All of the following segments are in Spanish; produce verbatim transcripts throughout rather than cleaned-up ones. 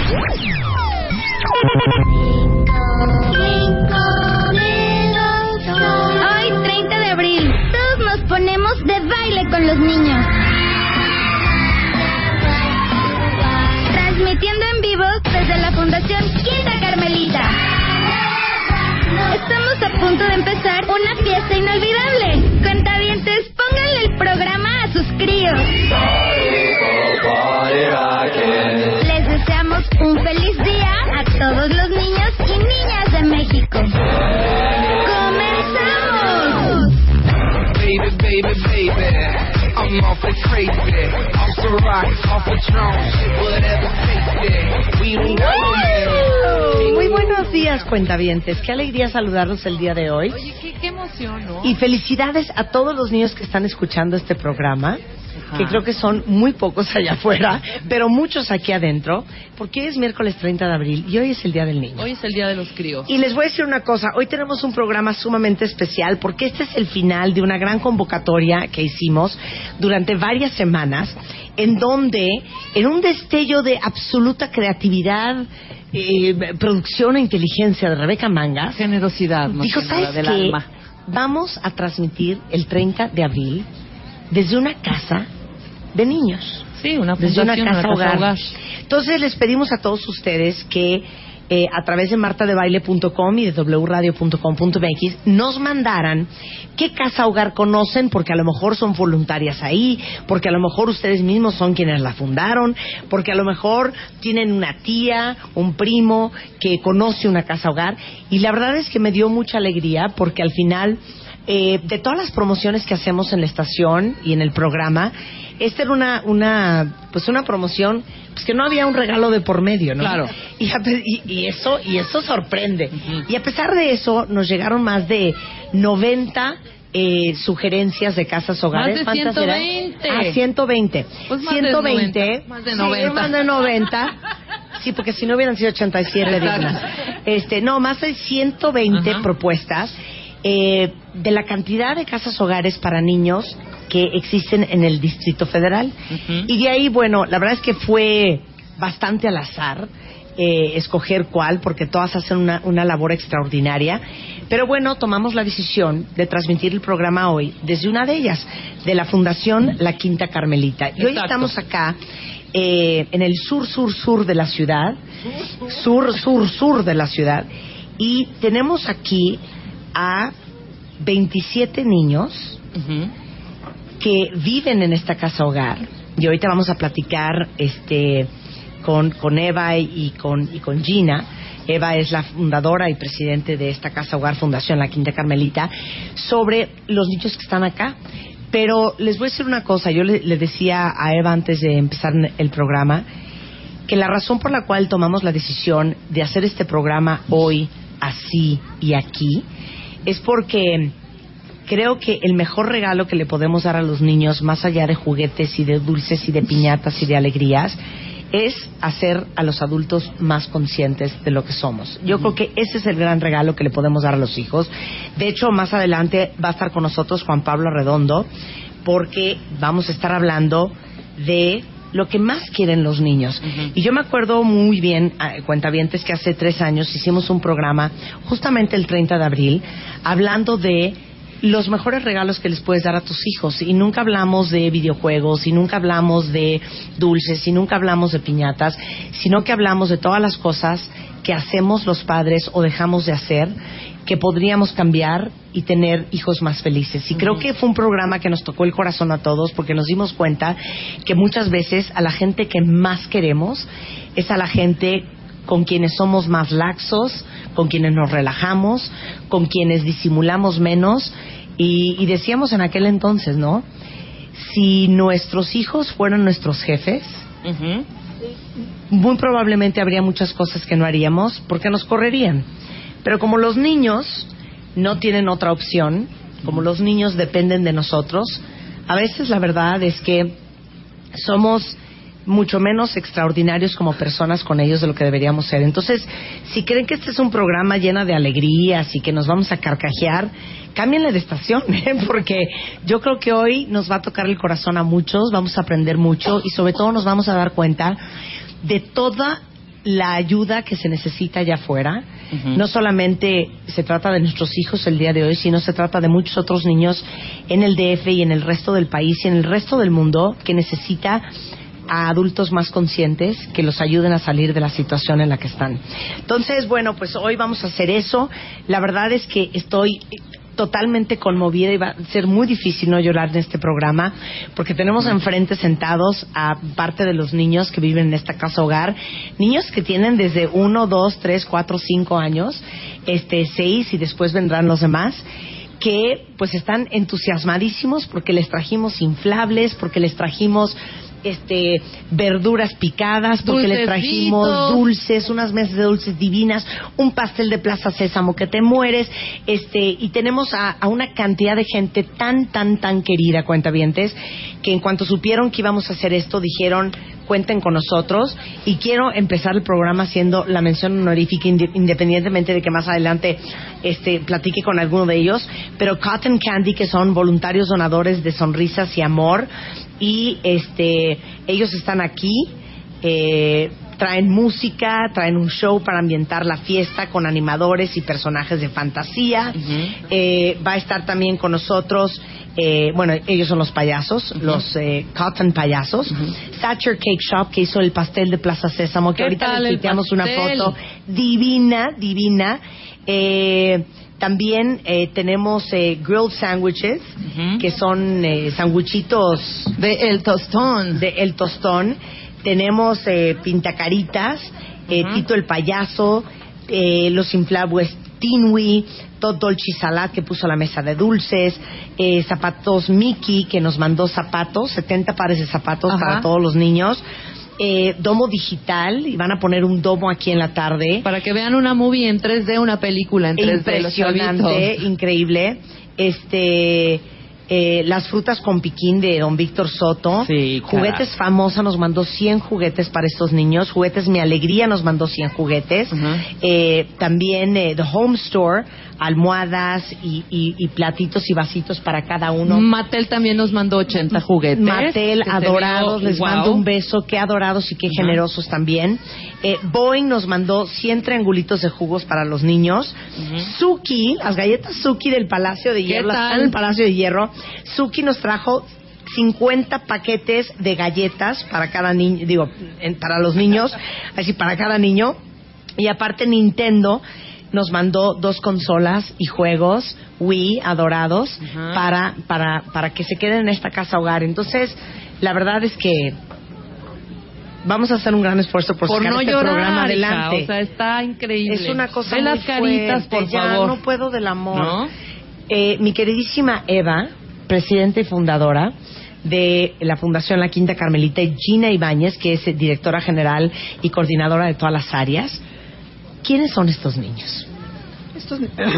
Hoy, treinta de abril, todos nos ponemos de baile con los niños. Transmitiendo en vivo desde la Fundación Quinta Carmelita. Estamos a punto de empezar una fiesta inolvidable. Cuentavientes, pónganle el programa a sus críos. Les deseamos un feliz día a todos los niños y niñas de México. ¡Comenzamos! Baby, baby, baby, I'm awfully crazy. Off the rocks, off the drone, whatever takes it. We don't know. Muy buenos días, cuentavientes. Qué alegría saludarlos el día de hoy. Oye, qué, qué emoción, ¿no? Y felicidades a todos los niños que están escuchando este programa. Ajá. Que creo que son muy pocos allá afuera, pero muchos aquí adentro, porque hoy es miércoles treinta de abril y hoy es el Día del Niño. Hoy es el Día de los Críos. Y les voy a decir una cosa, hoy tenemos un programa sumamente especial porque este es el final de una gran convocatoria que hicimos durante varias semanas, en donde, en un destello de absoluta creatividad, eh, producción e inteligencia de Rebeca Mangas, generosidad, no dijo, ¿sabes del qué? alma. Vamos a transmitir el treinta de abril desde una casa de niños. Sí, una desde fundación, una casa, una casa hogar. hogar. Entonces les pedimos a todos ustedes que eh, a través de marta de baile punto com y de w radio punto com punto m x nos mandaran qué casa hogar conocen, porque a lo mejor son voluntarias ahí, porque a lo mejor ustedes mismos son quienes la fundaron, porque a lo mejor tienen una tía, un primo que conoce una casa hogar. Y la verdad es que me dio mucha alegría porque al final Eh, de todas las promociones que hacemos en la estación y en el programa, esta era una una pues una promoción pues que no había un regalo de por medio, ¿no? Claro. Y, a, y, y eso y eso sorprende. Uh-huh. Y a pesar de eso nos llegaron más de noventa eh, sugerencias de casas hogares. Más de ¿Cuántas eran? ciento veinte. Ah, ciento veinte. Pues más ciento de veinte. noventa. Más de noventa. Sí, más de noventa. Sí, porque si no hubieran sido ochenta y siete dignas. Este, no, más de ciento veinte uh-huh. propuestas. Eh, de la cantidad de casas hogares para niños que existen en el Distrito Federal. Uh-huh. Y de ahí, bueno, la verdad es que fue bastante al azar eh, escoger cuál, porque todas hacen una, una labor extraordinaria. Pero bueno, tomamos la decisión de transmitir el programa hoy desde una de ellas, de la Fundación La Quinta Carmelita. Y hoy estamos acá eh, en el sur, sur, sur de la ciudad, sur, sur, sur de la ciudad, y tenemos aquí a veintisiete niños uh-huh. que viven en esta casa hogar, y ahorita vamos a platicar este con, con Eva y con, y con Gina. Eva es la fundadora y presidente de esta casa hogar Fundación La Quinta Carmelita, sobre los niños que están acá. Pero les voy a decir una cosa, yo le, le decía a Eva antes de empezar el programa que la razón por la cual tomamos la decisión de hacer este programa hoy, así y aquí, es porque creo que el mejor regalo que le podemos dar a los niños, más allá de juguetes y de dulces y de piñatas y de alegrías, es hacer a los adultos más conscientes de lo que somos. Yo uh-huh. creo que ese es el gran regalo que le podemos dar a los hijos. De hecho, más adelante va a estar con nosotros Juan Pablo Arredondo, porque vamos a estar hablando de lo que más quieren los niños. Uh-huh. Y yo me acuerdo muy bien, eh, cuentavientes, que hace tres años hicimos un programa, justamente el treinta de abril, hablando de los mejores regalos que les puedes dar a tus hijos. Y nunca hablamos de videojuegos, y nunca hablamos de dulces, y nunca hablamos de piñatas, sino que hablamos de todas las cosas que hacemos los padres o dejamos de hacer, que podríamos cambiar y tener hijos más felices. Y uh-huh. creo que fue un programa que nos tocó el corazón a todos, porque nos dimos cuenta que muchas veces a la gente que más queremos es a la gente con quienes somos más laxos, con quienes nos relajamos, con quienes disimulamos menos. Y, y decíamos en aquel entonces, ¿no? Si nuestros hijos fueran nuestros jefes, uh-huh. muy probablemente habría muchas cosas que no haríamos porque nos correrían. Pero como los niños no tienen otra opción, como los niños dependen de nosotros, a veces la verdad es que somos mucho menos extraordinarios como personas con ellos de lo que deberíamos ser. Entonces, si creen que este es un programa lleno de alegrías y que nos vamos a carcajear, cámbienle de estación, ¿eh? Porque yo creo que hoy nos va a tocar el corazón a muchos, vamos a aprender mucho y sobre todo nos vamos a dar cuenta de toda la ayuda que se necesita allá afuera. Uh-huh. No solamente se trata de nuestros hijos el día de hoy, sino se trata de muchos otros niños en el D F y en el resto del país y en el resto del mundo que necesita a adultos más conscientes que los ayuden a salir de la situación en la que están. Entonces, bueno, pues hoy vamos a hacer eso. La verdad es que estoy totalmente conmovida y va a ser muy difícil no llorar en este programa porque tenemos enfrente sentados a parte de los niños que viven en esta casa hogar, niños que tienen desde uno, dos, tres, cuatro, cinco años, este, seis y después vendrán los demás, que pues están entusiasmadísimos porque les trajimos inflables, porque les trajimos este verduras picadas, porque le trajimos dulces, unas mesas de dulces divinas, un pastel de Plaza Sésamo que te mueres, este y tenemos a, a una cantidad de gente tan, tan, tan querida, cuentavientes, que en cuanto supieron que íbamos a hacer esto, dijeron, cuenten con nosotros, y quiero empezar el programa haciendo la mención honorífica, independientemente de que más adelante este platique con alguno de ellos, pero Cotton Candy, que son voluntarios donadores de sonrisas y amor, y este ellos están aquí, eh, traen música, traen un show para ambientar la fiesta con animadores y personajes de fantasía. Uh-huh. eh, va a estar también con nosotros, eh, bueno, ellos son los payasos, uh-huh. los eh, Cotton payasos. Uh-huh. Thatcher Cake Shop, que hizo el pastel de Plaza Sésamo, que ahorita les tuiteamos una foto divina, divina. Eh, También eh, tenemos eh, grilled sandwiches, uh-huh. que son eh, sandwichitos de El Tostón. De El Tostón. Tenemos eh, pintacaritas, eh, uh-huh. Tito el Payaso, eh, los inflables Tinwi, Todd Dolce Salad, que puso la mesa de dulces, eh, zapatos Mickey, que nos mandó zapatos, setenta pares de zapatos, uh-huh. para todos los niños. Eh, domo digital, y van a poner un domo aquí en la tarde para que vean una movie en tres D, una película en tres D. Impresionante, increíble. Este, eh, las frutas con piquín de don Víctor Soto. Sí, juguetes cara. Famosa nos mandó cien juguetes para estos niños. Juguetes Mi Alegría nos mandó cien juguetes. Uh-huh. eh, también eh, The Home Store, almohadas y, y, y platitos y vasitos para cada uno. Mattel también nos mandó ochenta juguetes. Mattel, adorados, les wow. mando un beso, qué adorados y qué uh-huh. generosos también. Eh, Boeing nos mandó cien triangulitos de jugos para los niños. Uh-huh. Suki, las galletas Suki del Palacio de Hierro, las del Palacio de Hierro. Suki nos trajo cincuenta paquetes de galletas para cada niño, digo, en, para los niños, así para cada niño. Y aparte Nintendo nos mandó dos consolas y juegos Wii adorados, uh-huh. para para para que se queden en esta casa hogar. Entonces, la verdad es que vamos a hacer un gran esfuerzo por, por sacar no este llorar, programa adelante. Hija, o sea, está increíble. Es una cosa Ve muy las caritas, fuerte. por Ya favor. no puedo del amor. ¿No? Eh, mi queridísima Eva, presidenta y fundadora de la Fundación La Quinta Carmelita, y Gina Ibáñez, que es directora general y coordinadora de todas las áreas. ¿Quiénes son estos niños? Estos...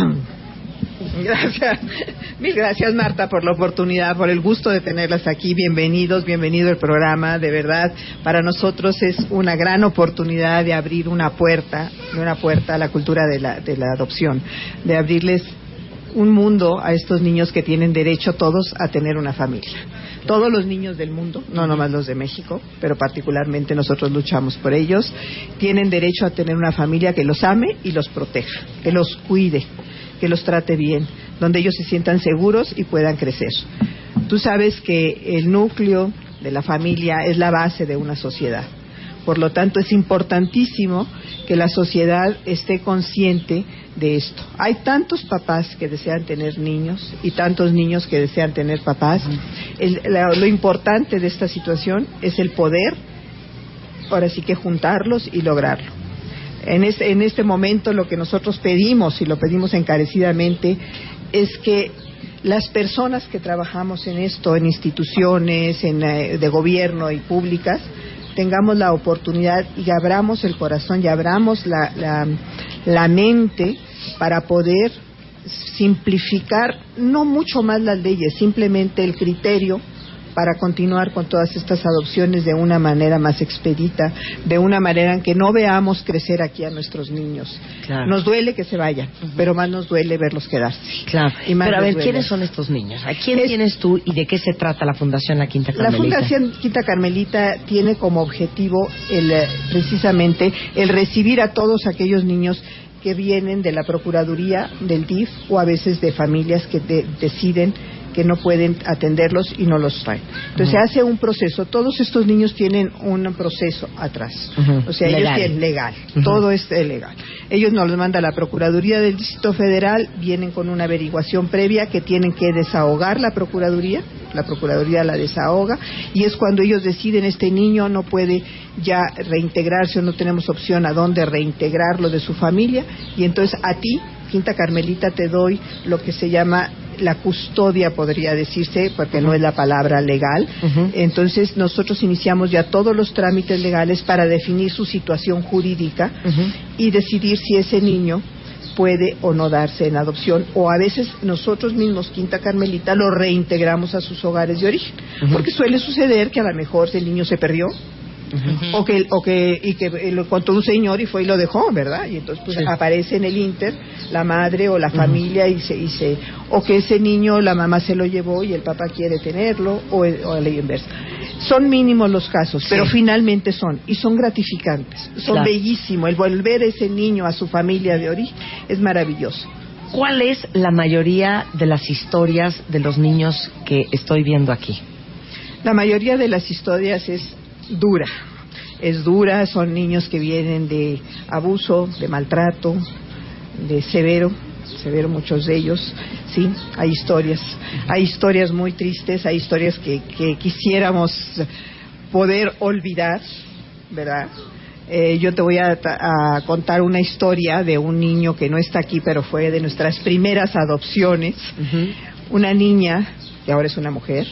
Gracias, mil gracias Marta por la oportunidad, por el gusto de tenerlas aquí. Bienvenidos, bienvenido al programa. De verdad, para nosotros es una gran oportunidad de abrir una puerta, una puerta a la cultura de la, de la adopción, de abrirles un mundo a estos niños que tienen derecho todos a tener una familia. Todos los niños del mundo, no nomás los de México, pero particularmente nosotros luchamos por ellos, tienen derecho a tener una familia que los ame y los proteja, que los cuide, que los trate bien, donde ellos se sientan seguros y puedan crecer. Tú sabes que el núcleo de la familia es la base de una sociedad. Por lo tanto, es importantísimo que la sociedad esté consciente de esto. Hay tantos papás que desean tener niños y tantos niños que desean tener papás. El, la, lo importante de esta situación es el poder, ahora sí que juntarlos y lograrlo. En este, en este momento lo que nosotros pedimos, y lo pedimos encarecidamente, es que las personas que trabajamos en esto, en instituciones en, eh, de gobierno y públicas, tengamos la oportunidad y abramos el corazón y abramos la, la, la mente para poder simplificar no mucho más las leyes, simplemente el criterio para continuar con todas estas adopciones de una manera más expedita, de una manera en que no veamos crecer aquí a nuestros niños. Claro. Nos duele que se vayan, uh-huh. pero más nos duele verlos quedarse. Claro. Y más pero a ver, duele. ¿quiénes son estos niños? ¿A quién es, tienes tú y de qué se trata la Fundación La Quinta Carmelita? La Fundación Quinta Carmelita tiene como objetivo el, precisamente el recibir a todos aquellos niños que vienen de la Procuraduría, del D I F o a veces de familias que de, deciden que no pueden atenderlos y no los traen. Entonces uh-huh. se hace un proceso. Todos estos niños tienen un proceso atrás. Uh-huh. O sea, legal. ellos tienen legal. Uh-huh. Todo es legal. Ellos nos los manda la Procuraduría del Distrito Federal, vienen con una averiguación previa que tienen que desahogar la Procuraduría. La Procuraduría la desahoga y es cuando ellos deciden este niño no puede ya reintegrarse o no tenemos opción a dónde reintegrarlo de su familia y entonces a ti, Quinta Carmelita, te doy lo que se llama la custodia, podría decirse, porque uh-huh. no es la palabra legal. Uh-huh. Entonces nosotros iniciamos ya todos los trámites legales para definir su situación jurídica uh-huh. y decidir si ese niño puede o no darse en adopción, o a veces nosotros mismos, Quinta Carmelita, lo reintegramos a sus hogares de origen, uh-huh. porque suele suceder que a lo mejor el niño se perdió, uh-huh. o que o que y que lo contó un señor y fue y lo dejó, ¿verdad? Y entonces pues sí. aparece en el Inter la madre o la familia uh-huh. y se y se o que ese niño la mamá se lo llevó y el papá quiere tenerlo o, o a la inversa. Son mínimos los casos, sí. pero finalmente son, y son gratificantes, son claro. bellísimos. El volver ese niño a su familia de origen es maravilloso. ¿Cuál es la mayoría de las historias de los niños que estoy viendo aquí? La mayoría de las historias es dura, es dura, son niños que vienen de abuso, de maltrato, de severo, severo muchos de ellos, sí, hay historias, hay historias muy tristes, hay historias que, que quisiéramos poder olvidar, ¿verdad? Eh, yo te voy a, a contar una historia de un niño que no está aquí, pero fue de nuestras primeras adopciones, uh-huh. una niña, que ahora es una mujer,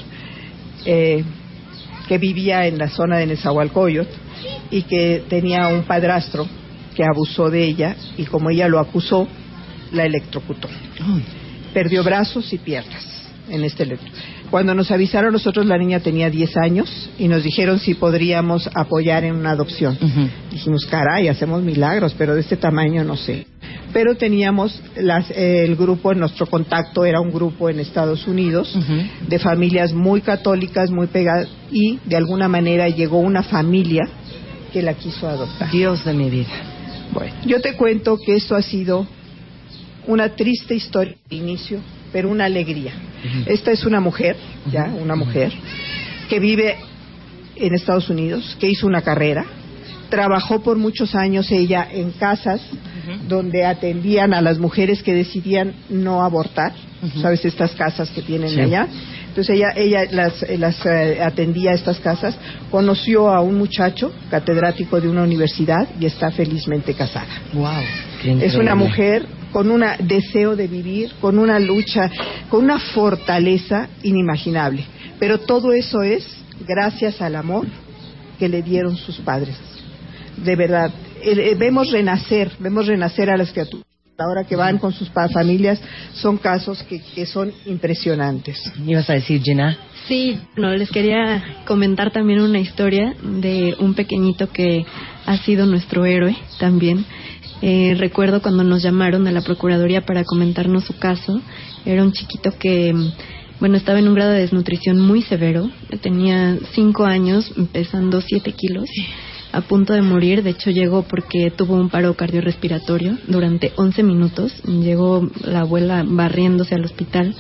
eh, que vivía en la zona de Nezahualcóyotl y que tenía un padrastro que abusó de ella y como ella lo acusó, la electrocutó. Perdió brazos y piernas en este electro. Cuando nos avisaron nosotros, la niña tenía diez años y nos dijeron si podríamos apoyar en una adopción. Uh-huh. Dijimos, caray, hacemos milagros, pero de este tamaño no sé. Pero teníamos las, eh, el grupo, nuestro contacto era un grupo en Estados Unidos uh-huh. de familias muy católicas, muy pegadas, y de alguna manera llegó una familia que la quiso adoptar. Dios de mi vida. Bueno, yo te cuento que esto ha sido una triste historia de inicio, pero una alegría. Uh-huh. Esta es una mujer, ya, una mujer, que vive en Estados Unidos, que hizo una carrera, trabajó por muchos años ella en casas uh-huh. donde atendían a las mujeres que decidían no abortar, uh-huh. ¿sabes? Estas casas que tienen sí. allá. Entonces ella ella las, las uh, atendía a estas casas, conoció a un muchacho catedrático de una universidad y está felizmente casada. Wow, es una mujer con un deseo de vivir, con una lucha, con una fortaleza inimaginable. Pero todo eso es gracias al amor que le dieron sus padres. De verdad, eh, vemos renacer, vemos renacer a las criaturas. Ahora que van con sus familias, son casos que, que son impresionantes. ¿Ibas a decir, Gina? Sí, no, les quería comentar también una historia de un pequeñito que ha sido nuestro héroe también. Eh, recuerdo cuando nos llamaron de la Procuraduría para comentarnos su caso. Era un chiquito que, bueno, estaba en un grado de desnutrición muy severo. Tenía cinco años, pesando siete kilos. A punto de morir, de hecho llegó porque tuvo un paro cardiorrespiratorio durante once minutos, llegó la abuela barriéndose al hospital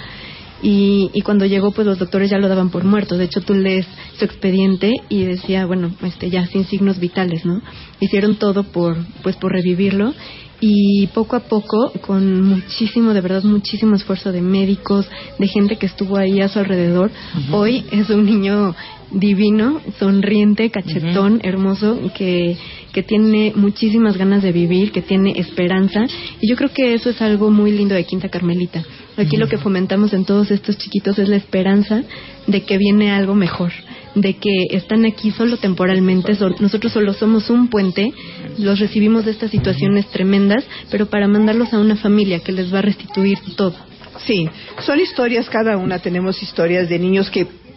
y, y cuando llegó pues los doctores ya lo daban por muerto. De hecho tú lees su expediente y decía, bueno, este ya sin signos vitales, ¿no? Hicieron todo por pues por revivirlo y poco a poco, con muchísimo, de verdad muchísimo esfuerzo de médicos, de gente que estuvo ahí a su alrededor, uh-huh. hoy es un niño divino, sonriente, cachetón, uh-huh. hermoso, que, que tiene muchísimas ganas de vivir, que tiene esperanza, y yo creo que eso es algo muy lindo de Quinta Carmelita. Aquí uh-huh. lo que fomentamos en todos estos chiquitos es la esperanza de que viene algo mejor, de que están aquí solo temporalmente, so, nosotros solo somos un puente, los recibimos de estas situaciones tremendas, pero para mandarlos a una familia que les va a restituir todo. Sí, son historias, cada una tenemos historias de niños que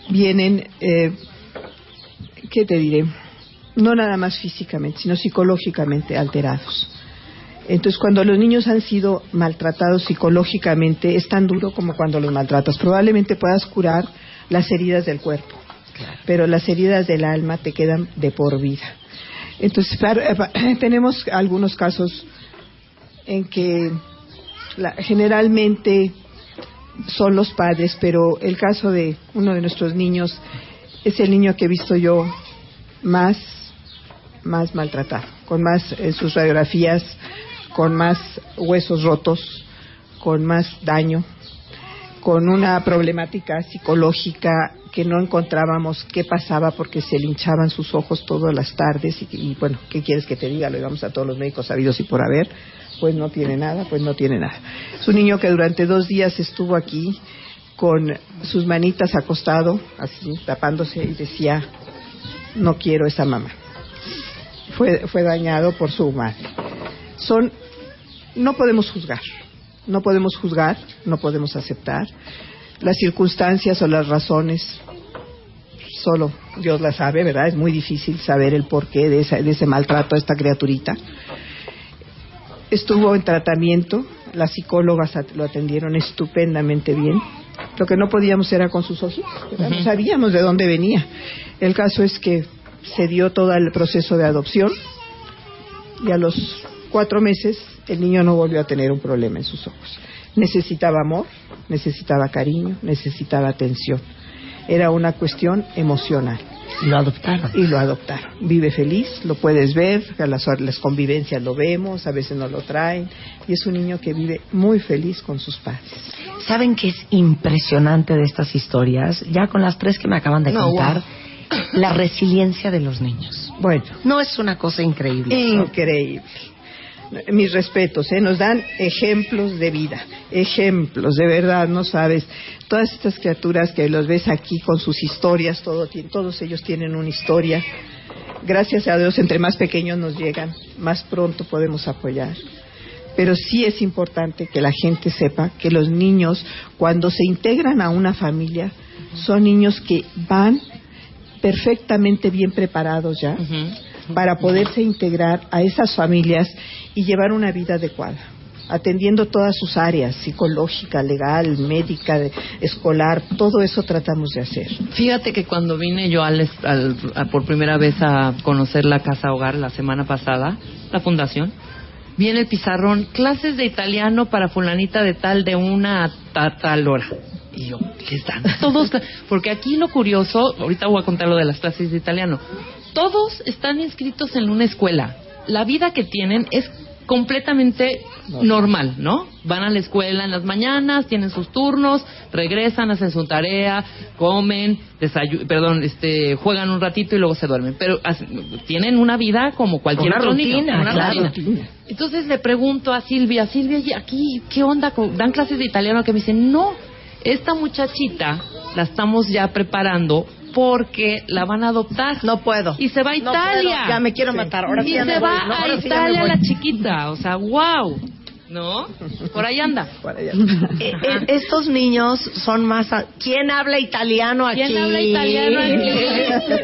vienen, eh, ¿qué te diré? No nada más físicamente, sino psicológicamente alterados. Entonces, cuando los niños han sido maltratados psicológicamente, es tan duro como cuando los maltratas. Probablemente puedas curar las heridas del cuerpo, claro, pero las heridas del alma te quedan de por vida. Entonces, tenemos algunos casos en que la, generalmente son los padres, pero el caso de uno de nuestros niños es el niño que he visto yo más, más maltratado, con más en sus radiografías, con más huesos rotos, con más daño, con una problemática psicológica que no encontrábamos qué pasaba porque se le hinchaban sus ojos todas las tardes y, y bueno, ¿qué quieres que te diga? Lo llevamos a todos los médicos sabidos y por haber, pues no tiene nada, pues no tiene nada. Es un niño que durante dos días estuvo aquí con sus manitas acostado, así, tapándose y decía, no quiero esa mamá. Fue, fue dañado por su madre. Son, no podemos juzgar, no podemos juzgar, no podemos aceptar. Las circunstancias o las razones, solo Dios las sabe, ¿verdad? Es muy difícil saber el porqué de, esa, de ese maltrato a esta criaturita. Estuvo en tratamiento, las psicólogas lo atendieron estupendamente bien. Lo que no podíamos era con sus ojitos, ¿verdad? Uh-huh. No sabíamos de dónde venía. El caso es que se dio todo el proceso de adopción y a los cuatro meses el niño no volvió a tener un problema en sus ojos. Necesitaba amor, necesitaba cariño, necesitaba atención. Era una cuestión emocional. Y lo adoptaron. Y lo adoptaron. Vive feliz, lo puedes ver, a las, las convivencias lo vemos, a veces nos lo traen. Y es un niño que vive muy feliz con sus padres. ¿Saben qué es impresionante de estas historias? Ya con las tres que me acaban de no, contar, wow. La resiliencia de los niños. Bueno. No es una cosa increíble. Increíble. Mis respetos, ¿eh? Nos dan ejemplos de vida, ejemplos, de verdad, no sabes. Todas estas criaturas que los ves aquí con sus historias, todo, todos ellos tienen una historia. Gracias a Dios, entre más pequeños nos llegan, más pronto podemos apoyar. Pero sí es importante que la gente sepa que los niños, cuando se integran a una familia, son niños que van perfectamente bien preparados ya uh-huh. para poderse integrar a esas familias y llevar una vida adecuada, atendiendo todas sus áreas, psicológica, legal, médica, escolar, todo eso tratamos de hacer. Fíjate que cuando vine yo al, al, a, por primera vez a conocer la Casa Hogar la semana pasada, la fundación, viene el pizarrón, clases de italiano para fulanita de tal de una a tal hora. Y yo, ¿qué están? Todos, porque aquí lo curioso, ahorita voy a contar lo de las clases de italiano, todos están inscritos en una escuela. La vida que tienen es completamente normal, ¿no? Van a la escuela en las mañanas, tienen sus turnos, regresan, hacen su tarea, comen, desayu- perdón, este, juegan un ratito y luego se duermen. Pero hacen, tienen una vida como cualquier una otro rutina, niño, una claro. rutina. Entonces le pregunto a Silvia, Silvia, aquí, ¿qué onda? ¿Dan clases de italiano? Que me dicen, no, esta muchachita la estamos ya preparando porque la van a adoptar. No puedo. Y se va a Italia. No ya me quiero sí. matar. Ahora y sí ya se me va voy. No, a sí Italia la chiquita. O sea, wow. ¿No? Por ahí anda. Por allá. Eh, eh, estos niños son más... A... ¿Quién habla italiano aquí? ¿Quién habla italiano aquí?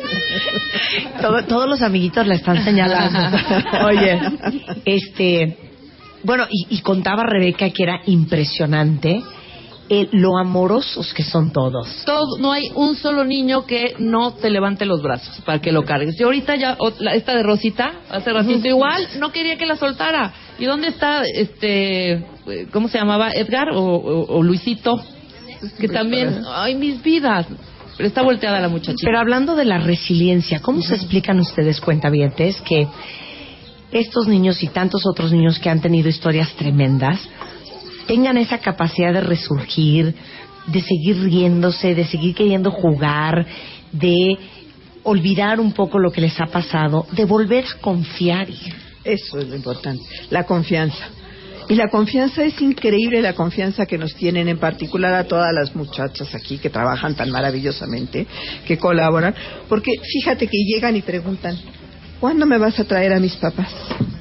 Todo, todos los amiguitos la están señalando. Oye, este... Bueno, y, y contaba Rebeca que era impresionante eh, lo amorosos que son todos. Todo, no hay un solo niño que no te levante los brazos para que lo cargues. Yo ahorita ya, esta de Rosita, hace ratito igual, no quería que la soltara. ¿Y dónde está, este, cómo se llamaba, Edgar o, o, o Luisito? Que también, ay, mis vidas. Pero está volteada la muchachita. Pero hablando de la resiliencia, ¿cómo se explican ustedes, cuentavientes, que estos niños y tantos otros niños que han tenido historias tremendas tengan esa capacidad de resurgir, de seguir riéndose, de seguir queriendo jugar, de olvidar un poco lo que les ha pasado, de volver a confiar? Eso es lo importante, la confianza. Y la confianza es increíble, la confianza que nos tienen, en particular a todas las muchachas aquí que trabajan tan maravillosamente, que colaboran, porque fíjate que llegan y preguntan, ¿cuándo me vas a traer a mis papás?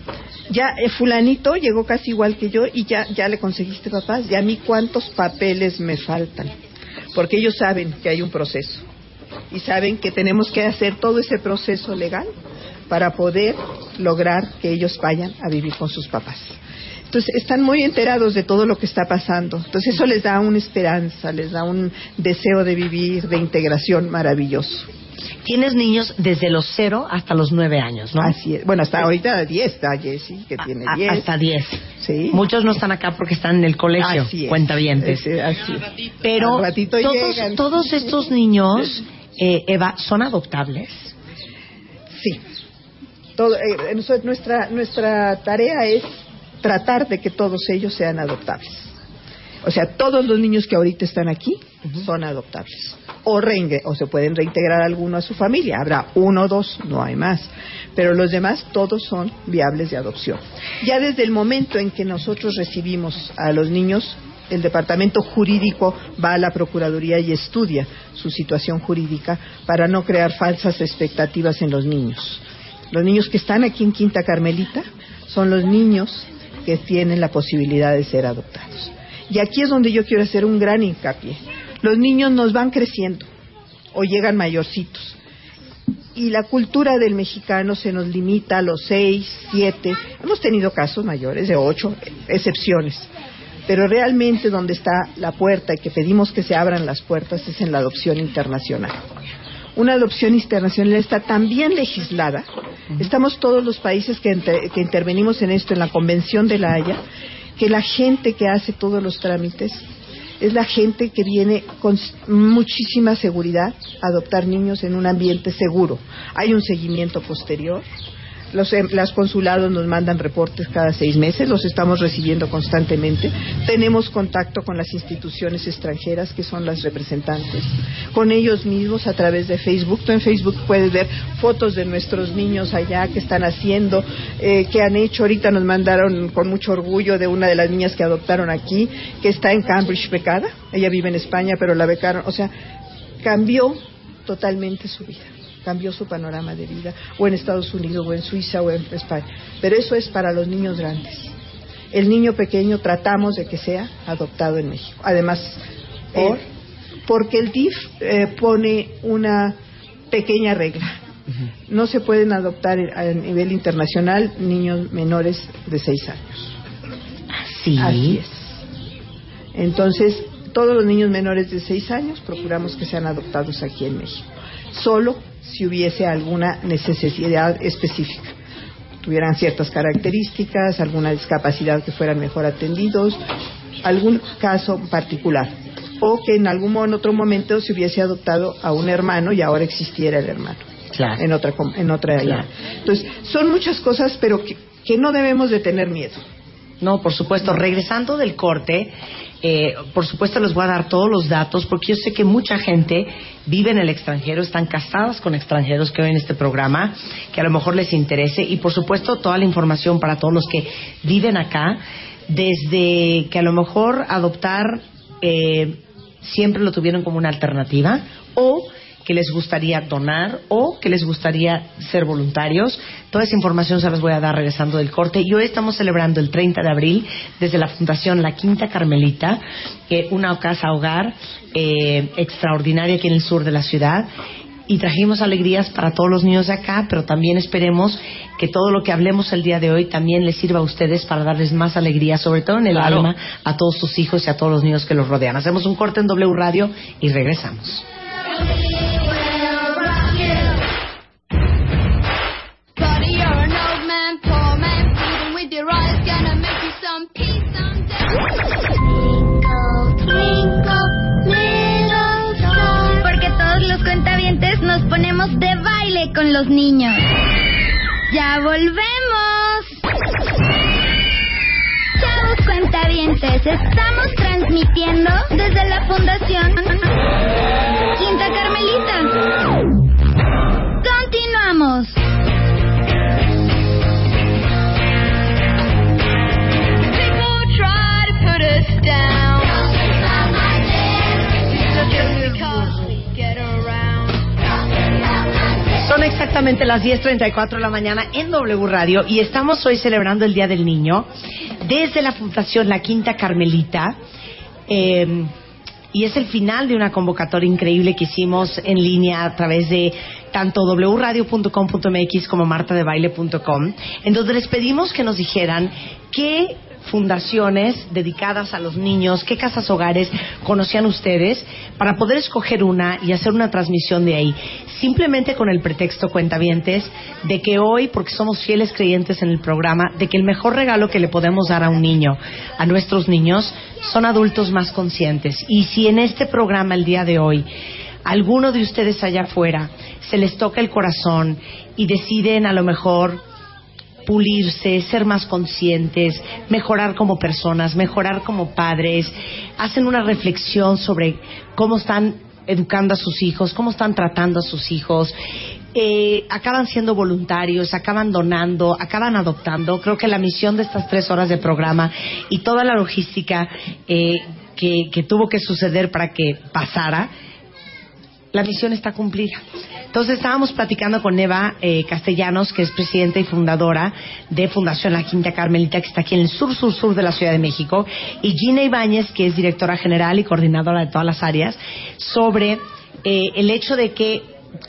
Ya eh, fulanito llegó casi igual que yo y ya ya le conseguiste papás. ¿Y a mí cuántos papeles me faltan? Porque ellos saben que hay un proceso. y saben que tenemos que hacer todo ese proceso legal para poder lograr que ellos vayan a vivir con sus papás. Entonces, están muy enterados de todo lo que está pasando. Entonces, eso les da una esperanza, les da un deseo de vivir, de integración maravilloso. Tienes niños desde los cero hasta los nueve años, ¿no? Así es. Bueno, hasta ahorita diez está Jessie, que tiene A- diez. Hasta diez. Sí. Muchos no están acá porque están en el colegio, Así es. cuentavientes. Ese- así es. Pero Al ratito todos, llegan. todos estos niños, eh, Eva, ¿son adoptables? Sí. Todo, eh, nosotros- nuestra, nuestra tarea es tratar de que todos ellos sean adoptables. O sea, todos los niños que ahorita están aquí uh-huh. son adoptables. O, reingre, o se pueden reintegrar alguno a su familia. Habrá uno o dos, no hay más. Pero los demás todos son viables de adopción. Ya desde el momento en que nosotros recibimos a los niños, el departamento jurídico va a la Procuraduría y estudia su situación jurídica para no crear falsas expectativas en los niños. Los niños que están aquí en Quinta Carmelita son los niños que tienen la posibilidad de ser adoptados. Y aquí es donde yo quiero hacer un gran hincapié. Los niños nos van creciendo o llegan mayorcitos. Y la cultura del mexicano se nos limita a los seis, siete. Hemos tenido casos mayores de ocho, excepciones. Pero realmente donde está la puerta y que pedimos que se abran las puertas es en la adopción internacional. Una adopción internacional está tan bien legislada. Estamos todos los países que, entre, que intervenimos en esto, en la Convención de la Haya, que la gente que hace todos los trámites es la gente que viene con muchísima seguridad a adoptar niños en un ambiente seguro. Hay un seguimiento posterior. Los, los consulados nos mandan reportes cada seis meses, los estamos recibiendo constantemente. Tenemos contacto con las instituciones extranjeras que son las representantes, con ellos mismos a través de Facebook. Tú en Facebook puedes ver fotos de nuestros niños allá, que están haciendo, eh, que han hecho. Ahorita nos mandaron con mucho orgullo de una de las niñas que adoptaron aquí, que está en Cambridge becada. Ella vive en España, pero la becaron. O sea, cambió totalmente su vida. Cambió su panorama de vida, o en Estados Unidos, o en Suiza, o en España. Pero eso es para los niños grandes. El niño pequeño tratamos de que sea adoptado en México. Además, ¿por? Eh, porque el D I F eh, pone una pequeña regla. Uh-huh. No se pueden adoptar a nivel internacional niños menores de seis años. ¿Sí? Así es. Entonces, todos los niños menores de seis años procuramos que sean adoptados aquí en México. Solo si hubiese alguna necesidad específica, tuvieran ciertas características, alguna discapacidad que fueran mejor atendidos, algún caso particular, o que en algún en otro momento se hubiese adoptado a un hermano y ahora existiera el hermano. Claro. En otra, en otra claro. Entonces, son muchas cosas, pero que, que no debemos de tener miedo. No, por supuesto. Regresando del corte, eh, por supuesto les voy a dar todos los datos, porque yo sé que mucha gente vive en el extranjero, están casadas con extranjeros que ven este programa, que a lo mejor les interese, y por supuesto toda la información para todos los que viven acá, desde que a lo mejor adoptar eh, siempre lo tuvieron como una alternativa, o que les gustaría donar, o que les gustaría ser voluntarios. Toda esa información se las voy a dar regresando del corte. Y hoy estamos celebrando el treinta de abril desde la Fundación La Quinta Carmelita, eh, una casa hogar eh, extraordinaria aquí en el sur de la ciudad. Y trajimos alegrías para todos los niños de acá, pero también esperemos que todo lo que hablemos el día de hoy también les sirva a ustedes para darles más alegría, sobre todo en el claro. alma, a todos sus hijos y a todos los niños que los rodean. Hacemos un corte en W Radio y regresamos. Porque todos los cuentavientes nos ponemos de baile con los niños. ¡Ya volvemos! Chavos cuentavientes, estamos transmitiendo desde la Fundación Quinta Carmelita. Continuamos. Son exactamente las diez treinta y cuatro de la mañana en W Radio y estamos hoy celebrando el Día del Niño desde la Fundación La Quinta Carmelita. Eh, y es el final de una convocatoria increíble que hicimos en línea a través de tanto doble u radio punto com punto m x como marta de baile punto com, en donde les pedimos que nos dijeran qué fundaciones dedicadas a los niños, qué casas hogares conocían ustedes, para poder escoger una y hacer una transmisión de ahí, simplemente con el pretexto, cuentavientes, de que hoy, porque somos fieles creyentes en el programa, de que el mejor regalo que le podemos dar a un niño, a nuestros niños, son adultos más conscientes. Y si en este programa el día de hoy alguno de ustedes allá afuera se les toca el corazón y deciden a lo mejor pulirse, ser más conscientes, mejorar como personas, mejorar como padres, hacen una reflexión sobre cómo están educando a sus hijos, cómo están tratando a sus hijos, eh, acaban siendo voluntarios, acaban donando, acaban adoptando. Creo que la misión de estas tres horas de programa y toda la logística eh, que, que tuvo que suceder para que pasara, la misión está cumplida. Entonces estábamos platicando con Eva eh, Castellanos, que es presidenta y fundadora de Fundación La Quinta Carmelita, que está aquí en el sur, sur, sur de la Ciudad de México, y Gina Ibáñez, que es directora general y coordinadora de todas las áreas, sobre eh, el hecho de que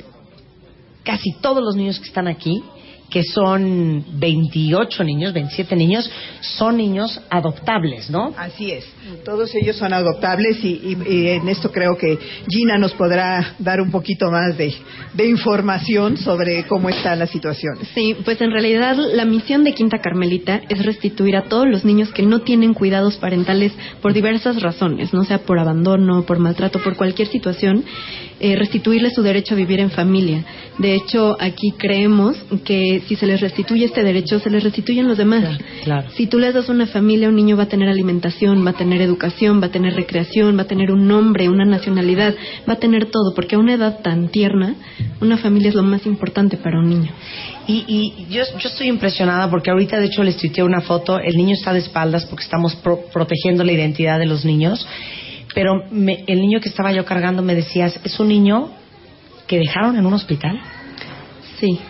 casi todos los niños que están aquí, que son veintiocho niños, veintisiete niños, son niños adoptables, ¿no? Así es, todos ellos son adoptables y, y, y en esto creo que Gina nos podrá dar un poquito más de, de información sobre cómo están las situaciones. Sí, pues en realidad la misión de Quinta Carmelita es restituir a todos los niños que no tienen cuidados parentales por diversas razones, no sea por abandono, por maltrato, por cualquier situación, eh, restituirles su derecho a vivir en familia. De hecho, aquí creemos que si se les restituye este derecho, se les restituyen los demás. Claro, claro. Si tú les das una familia, un niño va a tener alimentación, va a tener educación, va a tener recreación, va a tener un nombre, una nacionalidad, va a tener todo, porque a una edad tan tierna, una familia es lo más importante para un niño. Y, y yo, yo estoy impresionada porque ahorita de hecho les tuiteé una foto, el niño está de espaldas porque estamos pro, protegiendo la identidad de los niños, pero me, el niño que estaba yo cargando me decías, ¿es un niño que dejaron en un hospital? Sí.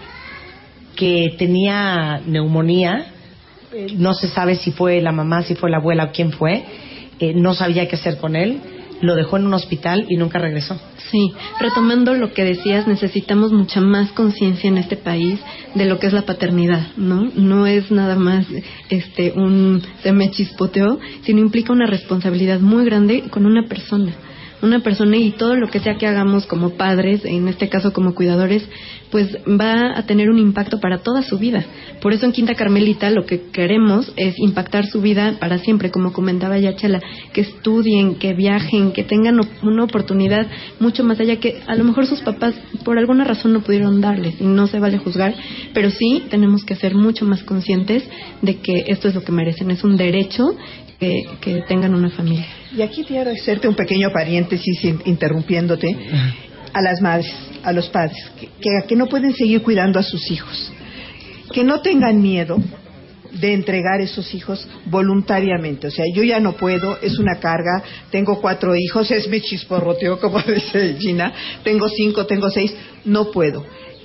Que tenía neumonía, eh, no se sabe si fue la mamá, si fue la abuela o quién fue, eh, no sabía qué hacer con él, lo dejó en un hospital y nunca regresó. Sí, retomando lo que decías, necesitamos mucha más conciencia en este país de lo que es la paternidad, ¿no? No es nada más este un se me chispoteó, sino implica una responsabilidad muy grande con una persona. Una persona y todo lo que sea que hagamos como padres, en este caso como cuidadores, pues va a tener un impacto para toda su vida. Por eso en Quinta Carmelita lo que queremos es impactar su vida para siempre, como comentaba ya Chela, que estudien, que viajen, que tengan una oportunidad mucho más allá que a lo mejor sus papás por alguna razón no pudieron darles y no se vale juzgar, pero sí tenemos que ser mucho más conscientes de que esto es lo que merecen, es un derecho que, que tengan una familia. Y aquí quiero hacerte un pequeño paréntesis interrumpiéndote a las madres, a los padres, que, que, que no pueden seguir cuidando a sus hijos, que no tengan miedo de entregar esos hijos voluntariamente. O sea, yo ya no puedo, es una carga, tengo cuatro hijos, es mi chisporroteo, como dice Gina, tengo cinco, tengo seis, no puedo.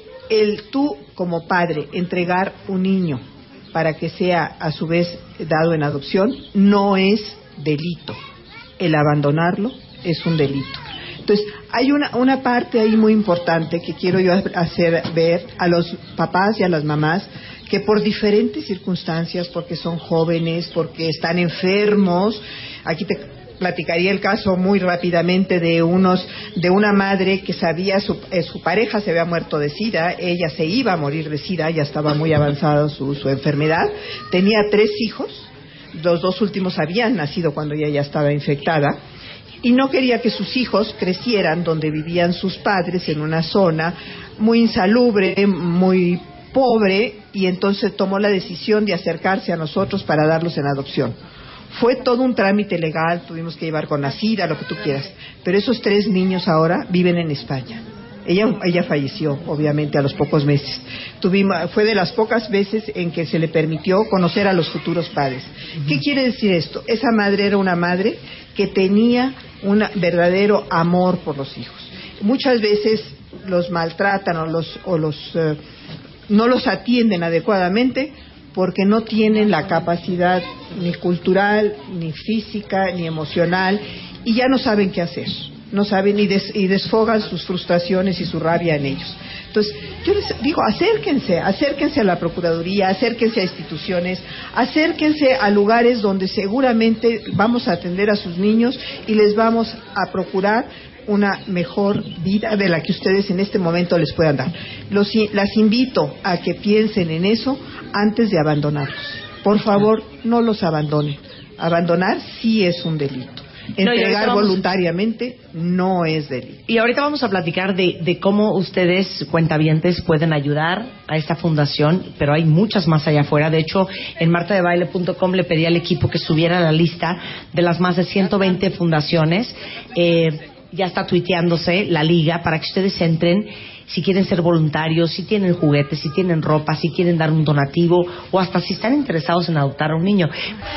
El tú, como padre, entregar un niño para que sea a su vez dado en adopción, no es delito. El abandonarlo es un delito. Entonces, hay una, una parte ahí muy importante que quiero yo hacer ver a los papás y a las mamás que por diferentes circunstancias, porque son jóvenes, porque están enfermos, aquí te platicaría el caso muy rápidamente de unos de una madre que sabía su, eh, su pareja se había muerto de SIDA, ella se iba a morir de SIDA, ya estaba muy avanzada su, su enfermedad, tenía tres hijos, los dos últimos habían nacido cuando ella ya estaba infectada y no quería que sus hijos crecieran donde vivían sus padres, en una zona muy insalubre, muy pobre, y entonces tomó la decisión de acercarse a nosotros para darlos en adopción. Fue todo un trámite legal, tuvimos que llevar con la SIDA, lo que tú quieras, pero esos tres niños ahora viven en España. Ella, ella falleció, obviamente, a los pocos meses. Tuvimos, fue de las pocas veces en que se le permitió conocer a los futuros padres. Uh-huh. ¿Qué quiere decir esto? Esa madre era una madre que tenía un verdadero amor por los hijos. Muchas veces los maltratan o los, o los eh, no los atienden adecuadamente porque no tienen la capacidad ni cultural, ni física, ni emocional, y ya no saben qué hacer, no saben y, des, y desfogan sus frustraciones y su rabia en ellos. Entonces, yo les digo, acérquense, acérquense a la Procuraduría, acérquense a instituciones, acérquense a lugares donde seguramente vamos a atender a sus niños y les vamos a procurar una mejor vida de la que ustedes en este momento les puedan dar. Los, las invito a que piensen en eso antes de abandonarlos. Por favor, no los abandonen. Abandonar sí es un delito. Entregar no, vamos... voluntariamente no es delito. Y ahorita vamos a platicar de, de cómo ustedes, cuentavientes, pueden ayudar a esta fundación, pero hay muchas más allá afuera. De hecho, en marta de baile punto com le pedí al equipo que subiera la lista de las más de ciento veinte fundaciones. Eh, ya está tuiteándose la liga para que ustedes entren. Si quieren ser voluntarios, si tienen juguetes, si tienen ropa, si quieren dar un donativo o hasta si están interesados en adoptar a un niño.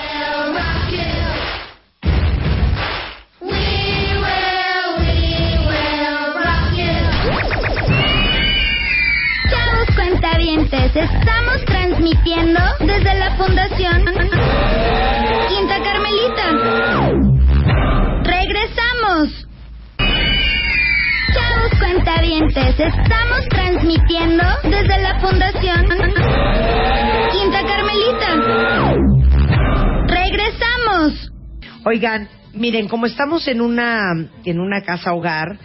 Chavos cuentavientes, estamos transmitiendo desde la Fundación Quinta Carmelita. Regresamos. Chavos cuentavientes, estamos transmitiendo desde la Fundación Quinta Carmelita. Regresamos. Oigan, miren, como estamos en una en una casa hogar,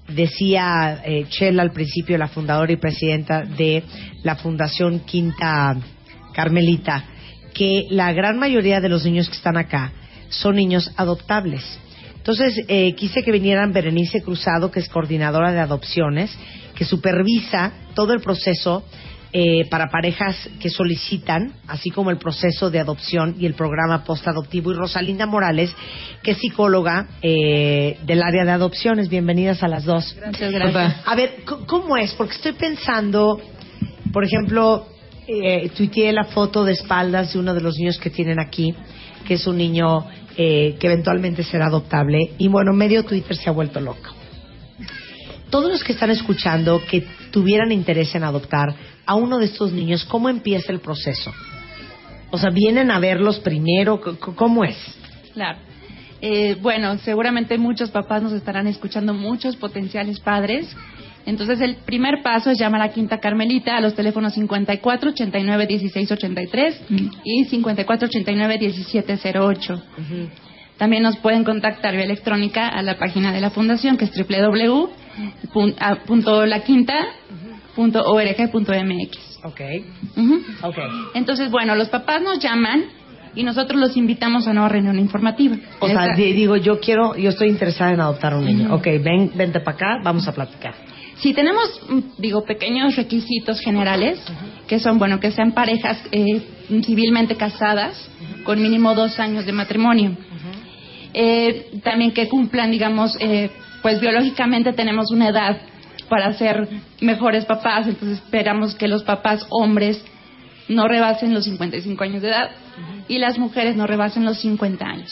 decía eh, Chela al principio, la fundadora y presidenta de la Fundación Quinta Carmelita, que la gran mayoría de los niños que están acá son niños adoptables. Entonces, eh, quise que vinieran Berenice Cruzado, que es coordinadora de adopciones, que supervisa todo el proceso eh, para parejas que solicitan, así como el proceso de adopción y el programa postadoptivo, y Rosalinda Morales, que es psicóloga eh, del área de adopciones. Bienvenidas a las dos. Muchas gracias. A ver, ¿cómo es? Porque estoy pensando, por ejemplo, eh, tuiteé la foto de espaldas de uno de los niños que tienen aquí, que es un niño eh, que eventualmente será adoptable, y bueno, medio Twitter se ha vuelto loco. Todos los que están escuchando que tuvieran interés en adoptar a uno de estos niños, ¿cómo empieza el proceso? O sea, ¿vienen a verlos primero? ¿Cómo es? Claro. Eh, bueno, seguramente muchos papás nos estarán escuchando, muchos potenciales padres. Entonces, el primer paso es llamar a Quinta Carmelita a los teléfonos cincuenta y cuatro, ochenta y nueve, dieciséis ochenta y tres uh-huh. y cincuenta y cuatro, ochenta y nueve, diecisiete cero ocho. Uh-huh. También nos pueden contactar vía electrónica a la página de la fundación, que es doble u doble u doble u punto la quinta punto org punto m x. Okay. Uh-huh. Okay. Entonces, bueno, los papás nos llaman y nosotros los invitamos a una reunión informativa. O sea, Esta... digo, yo quiero, yo estoy interesada en adoptar un niño. Uh-huh. Ok, ven, vente para acá, vamos a platicar. Si tenemos, digo, pequeños requisitos generales, uh-huh. que son, bueno, que sean parejas eh, civilmente casadas, uh-huh. con mínimo dos años de matrimonio. Uh-huh. Eh, también que cumplan, digamos, eh, pues biológicamente tenemos una edad para ser mejores papás, entonces esperamos que los papás hombres no rebasen los cincuenta y cinco años de edad uh-huh. y las mujeres no rebasen los cincuenta años.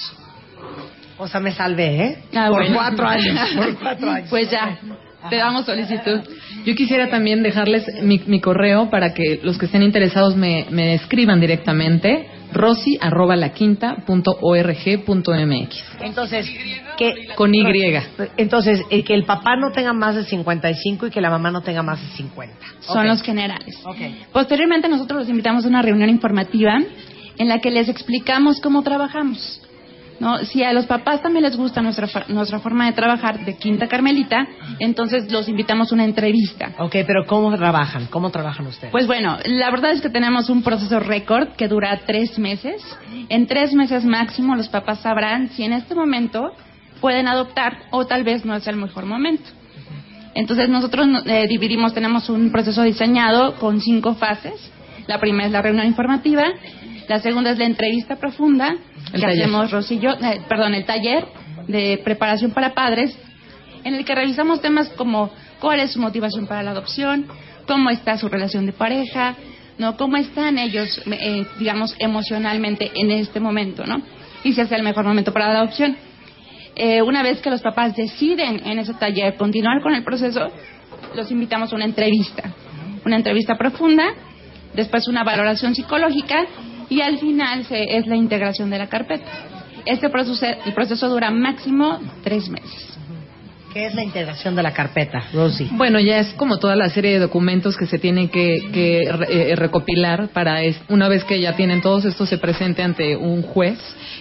O sea, me salvé, ¿eh? Ah, por bueno. cuatro años, por cuatro años. Pues ya, te damos solicitud. Yo quisiera también dejarles mi, mi correo para que los que estén interesados me, me escriban directamente, rosy arroba la quinta punto org punto m x. Entonces, que con Y. Entonces, eh, que el papá no tenga más de cincuenta y cinco y que la mamá no tenga más de cincuenta. Son okay. los generales. Okay. Posteriormente nosotros los invitamos a una reunión informativa en la que les explicamos cómo trabajamos. ¿No? Si a los papás también les gusta nuestra nuestra forma de trabajar de Quinta Carmelita, entonces los invitamos a una entrevista. Ok, pero ¿cómo trabajan? ¿Cómo trabajan ustedes? Pues bueno, la verdad es que tenemos un proceso récord que dura tres meses. En tres meses máximo los papás sabrán si en este momento pueden adoptar o tal vez no es el mejor momento. Entonces nosotros eh, dividimos, tenemos un proceso diseñado con cinco fases. La primera es la reunión informativa, la segunda es la entrevista profunda, el que taller. hacemos Rosillo, eh, perdón, el taller de preparación para padres, en el que revisamos temas como cuál es su motivación para la adopción, cómo está su relación de pareja, no, cómo están ellos, eh, digamos, emocionalmente en este momento, ¿no? Y si es el mejor momento para la adopción. Eh, una vez que los papás deciden en ese taller continuar con el proceso, los invitamos a una entrevista, una entrevista profunda, después una valoración psicológica y al final se, es la integración de la carpeta. Este proceso, el proceso dura máximo tres meses. ¿Qué es la integración de la carpeta, Rosy? Bueno, ya es como toda la serie de documentos que se tienen que, que eh, recopilar para es, una vez que ya tienen todos estos se presente ante un juez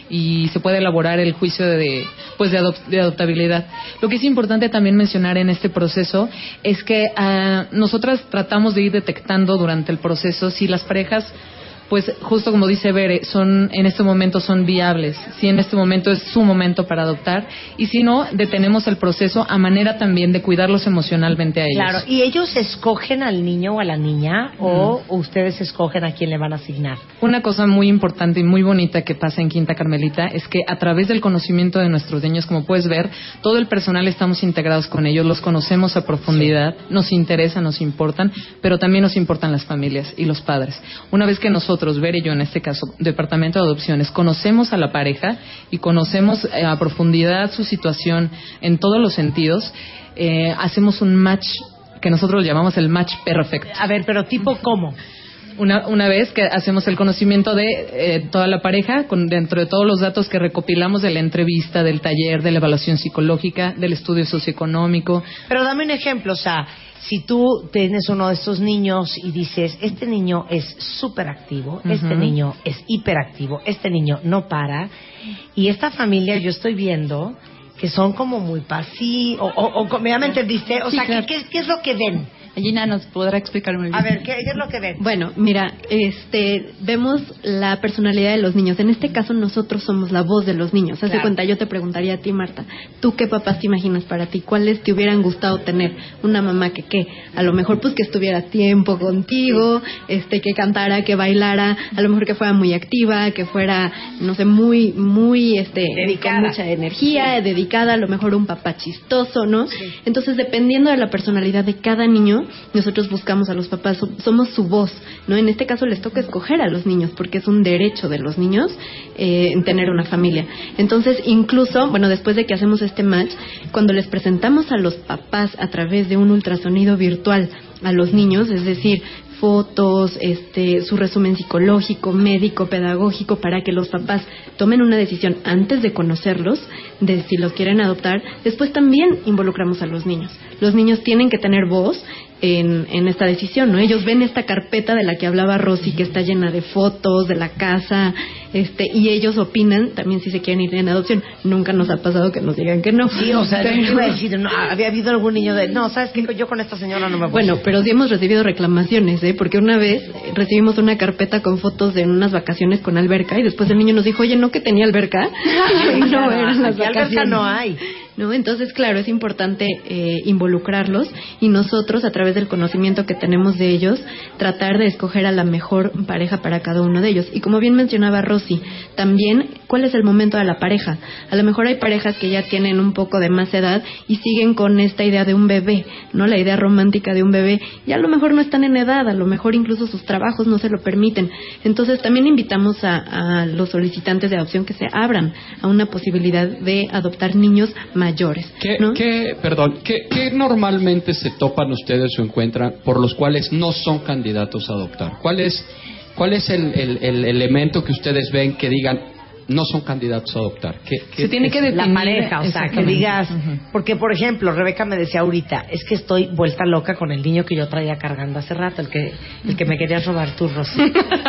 y se puede elaborar el juicio de pues de, adop- de adoptabilidad. Lo que es importante también mencionar en este proceso es que uh, nosotras tratamos de ir detectando durante el proceso si las parejas, pues justo como dice Bere, son en este momento son viables, si en este momento es su momento para adoptar, y si no, detenemos el proceso a manera también de cuidarlos emocionalmente a ellos. Claro, ¿y ellos escogen al niño o a la niña mm. o ustedes escogen a quién le van a asignar? Una cosa muy importante y muy bonita que pasa en Quinta Carmelita es que a través del conocimiento de nuestros niños, como puedes ver, todo el personal estamos integrados con ellos, los conocemos a profundidad, sí. Nos interesa, nos importan, pero también nos importan las familias y los padres. Una vez que nosotros Nosotros, Ver y yo en este caso, Departamento de Adopciones, conocemos a la pareja y conocemos eh, a profundidad su situación en todos los sentidos, eh, hacemos un match que nosotros lo llamamos el match perfecto. A ver, pero tipo ¿cómo? Una, una vez que hacemos el conocimiento de eh, toda la pareja, con, dentro de todos los datos que recopilamos de la entrevista, del taller, de la evaluación psicológica, del estudio socioeconómico. Pero dame un ejemplo, o sea, si tú tienes uno de estos niños y dices, este niño es súper activo, uh-huh. este niño es hiperactivo, este niño no para, y esta familia yo estoy viendo que son como muy pasivos, o, o, o ¿ya me entendiste? O sí, sea, claro. ¿qué, qué, ¿qué es lo que ven? Gina nos podrá explicar muy bien. A ver, ¿qué, ¿qué es lo que ven? Bueno, mira, este, vemos la personalidad de los niños. En este caso, nosotros somos la voz de los niños. Haz de cuenta, yo te preguntaría a ti, Marta, ¿tú qué papás te imaginas para ti? ¿Cuáles te hubieran gustado tener? Una mamá que, ¿qué? A lo mejor, pues, que estuviera tiempo contigo, este, que cantara, que bailara, a lo mejor que fuera muy activa, que fuera, no sé, muy, muy, este, dedicada. Con mucha energía, sí. dedicada, a lo mejor un papá chistoso, ¿no? Sí. Entonces, dependiendo de la personalidad de cada niño, nosotros buscamos a los papás, somos su voz, ¿no? En este caso les toca escoger a los niños porque es un derecho de los niños eh, en tener una familia. Entonces, incluso, bueno, después de que hacemos este match, cuando les presentamos a los papás a través de un ultrasonido virtual a los niños, es decir, fotos, este, su resumen psicológico, médico, pedagógico, para que los papás tomen una decisión antes de conocerlos, de si los quieren adoptar. Después también involucramos a los niños. Los niños tienen que tener voz en, en esta decisión, ¿no? Ellos ven esta carpeta de la que hablaba Rosy, que está llena de fotos de la casa, este, y ellos opinan también si se quieren ir en adopción. Nunca nos ha pasado que nos digan que no. Sí, o sea, pero, yo iba a decir, no, había habido algún niño de, no, ¿sabes qué? Yo con esta señora no me voy. Bueno, pero sí hemos recibido reclamaciones, ¿eh? Porque una vez recibimos una carpeta con fotos de unas vacaciones con alberca y después el niño nos dijo, oye, ¿no que tenía alberca? Y no, claro, eran las vacaciones. Alberca no hay. ¿No? Entonces, claro, es importante eh, involucrarlos y nosotros, a través del conocimiento que tenemos de ellos, tratar de escoger a la mejor pareja para cada uno de ellos. Y como bien mencionaba Rosy, también, ¿cuál es el momento de la pareja? A lo mejor hay parejas que ya tienen un poco de más edad y siguen con esta idea de un bebé, ¿no? La idea romántica de un bebé. Y a lo mejor no están en edad, a lo mejor incluso sus trabajos no se lo permiten. Entonces, también invitamos a, a los solicitantes de adopción que se abran a una posibilidad de adoptar niños mayores. mayores. ¿Qué, ¿no? qué, perdón, ¿qué, ¿qué normalmente se topan ustedes o encuentran por los cuales no son candidatos a adoptar? ¿Cuál es, cuál es el, el, el elemento que ustedes ven que digan no son candidatos a adoptar? ¿Qué, qué, se tiene que definir la pareja, o sea, que digas, uh-huh. porque por ejemplo, Rebeca me decía ahorita, es que estoy vuelta loca con el niño que yo traía cargando hace rato, el que el que me quería robar tu Rosy.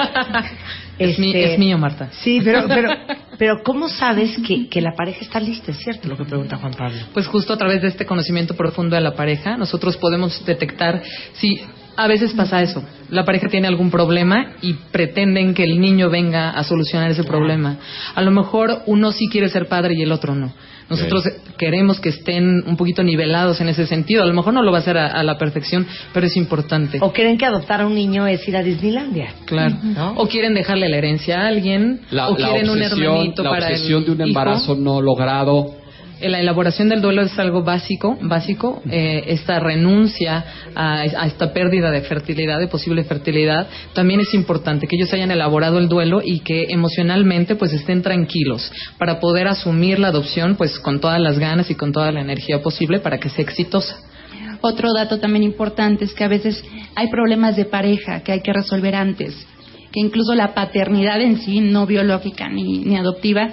es, este, mi, es mío, Marta. Sí, pero pero pero ¿cómo sabes que, que la pareja está lista? Es cierto lo que pregunta Juan Pablo. Pues justo a través de este conocimiento profundo de la pareja, nosotros podemos detectar si a veces pasa eso. La pareja tiene algún problema y pretenden que el niño venga a solucionar ese problema. A lo mejor uno sí quiere ser padre y el otro no. Nosotros sí. queremos que estén un poquito nivelados en ese sentido. A lo mejor no lo va a hacer a, a la perfección, pero es importante. O creen que adoptar a un niño es ir a Disneylandia. Claro. ¿No? O quieren dejarle la herencia a alguien. La, o quieren la obsesión, un hermanito la para el obsesión de un embarazo hijo. no logrado. La elaboración del duelo es algo básico, básico. Eh, esta renuncia a, a esta pérdida de fertilidad, de posible fertilidad, también es importante que ellos hayan elaborado el duelo y que emocionalmente pues estén tranquilos para poder asumir la adopción pues con todas las ganas y con toda la energía posible para que sea exitosa. Otro dato también importante es que a veces hay problemas de pareja que hay que resolver antes, que incluso la paternidad en sí, no biológica ni, ni adoptiva,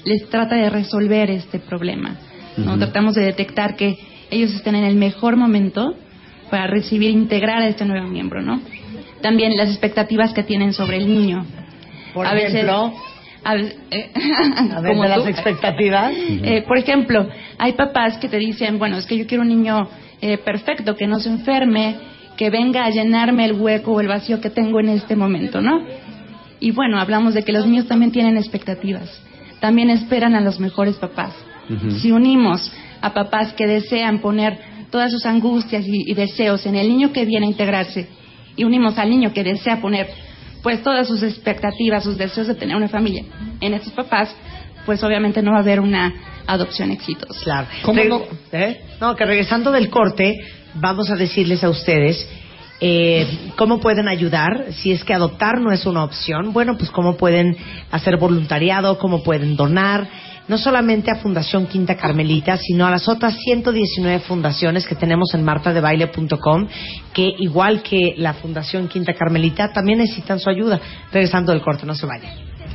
les trata de resolver este problema, ¿no? Uh-huh. Tratamos de detectar que ellos estén en el mejor momento para recibir, integrar a este nuevo miembro, ¿no? También las expectativas que tienen sobre el niño. Por a ejemplo, veces, a, eh, a ver, de las expectativas. Eh, por ejemplo, hay papás que te dicen, bueno, es que yo quiero un niño eh, perfecto, que no se enferme, que venga a llenarme el hueco o el vacío que tengo en este momento, ¿no? Y bueno, hablamos de que los niños también tienen expectativas, también esperan a los mejores papás. Uh-huh. Si unimos a papás que desean poner todas sus angustias y, y deseos en el niño que viene a integrarse, y unimos al niño que desea poner pues todas sus expectativas, sus deseos de tener una familia en estos papás, pues obviamente no va a haber una adopción exitosa. Claro. ¿Cómo Reg- no? ¿Eh? No, que regresando del corte, vamos a decirles a ustedes eh, cómo pueden ayudar, si es que adoptar no es una opción, bueno, pues cómo pueden hacer voluntariado, cómo pueden donar, no solamente a Fundación Quinta Carmelita, sino a las otras ciento diecinueve fundaciones que tenemos en marta de baile punto com, que igual que la Fundación Quinta Carmelita, también necesitan su ayuda. Regresando del corte, no se vayan.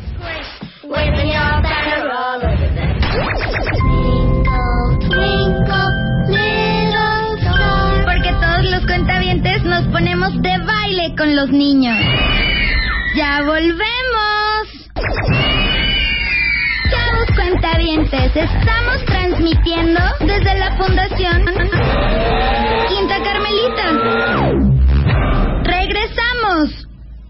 Porque todos los cuentavientes nos ponemos de baile con los niños. ¡Ya volvemos! Cuentavientes, estamos transmitiendo desde la Fundación Quinta Carmelita. ¡Regresamos!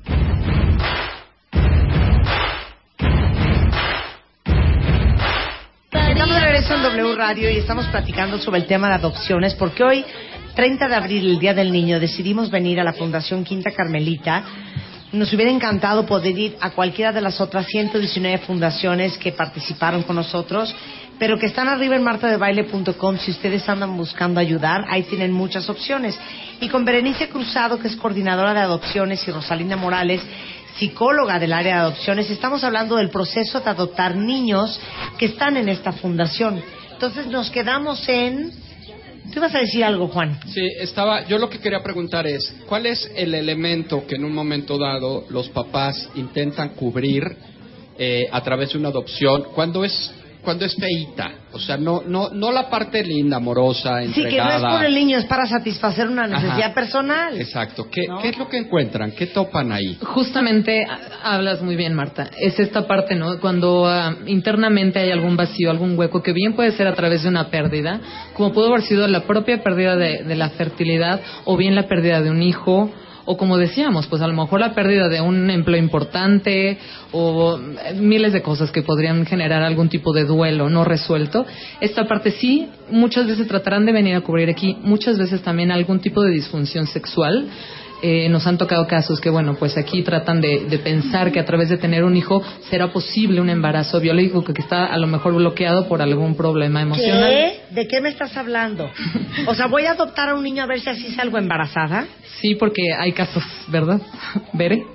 Estamos de regreso en W Radio y estamos platicando sobre el tema de adopciones, porque hoy, treinta de abril, el Día del Niño, decidimos venir a la Fundación Quinta Carmelita. Nos hubiera encantado poder ir a cualquiera de las otras ciento diecinueve fundaciones que participaron con nosotros, pero que están arriba en marta de baile punto com. Si ustedes andan buscando ayudar, ahí tienen muchas opciones. Y con Berenice Cruzado, que es coordinadora de adopciones, y Rosalina Morales, psicóloga del área de adopciones, estamos hablando del proceso de adoptar niños que están en esta fundación. Entonces nos quedamos en... ¿Tú ibas a decir algo, Juan? Sí, estaba. Yo lo que quería preguntar es, ¿cuál es el elemento que en un momento dado los papás intentan cubrir eh, a través de una adopción cuando es cuando es feíta? O sea, no no no la parte linda, amorosa, entregada. Sí, que no es por el niño, es para satisfacer una necesidad Ajá. personal. Exacto. ¿Qué, ¿no? ¿Qué es lo que encuentran? ¿Qué topan ahí? Justamente hablas muy bien, Marta. Es esta parte, ¿no? Cuando uh, internamente hay algún vacío, algún hueco, que bien puede ser a través de una pérdida, como pudo haber sido la propia pérdida de, de la fertilidad, o bien la pérdida de un hijo, o como decíamos, pues a lo mejor la pérdida de un empleo importante, o miles de cosas que podrían generar algún tipo de duelo no resuelto. Esta parte sí, muchas veces tratarán de venir a cubrir aquí, muchas veces también algún tipo de disfunción sexual. Eh, nos han tocado casos que, bueno, pues aquí tratan de, de pensar que a través de tener un hijo será posible un embarazo biológico que, que está a lo mejor bloqueado por algún problema emocional. ¿Qué? ¿De qué me estás hablando? O sea, voy a adoptar a un niño a ver si así salgo embarazada. Sí, porque hay casos, ¿verdad? ¿Bere?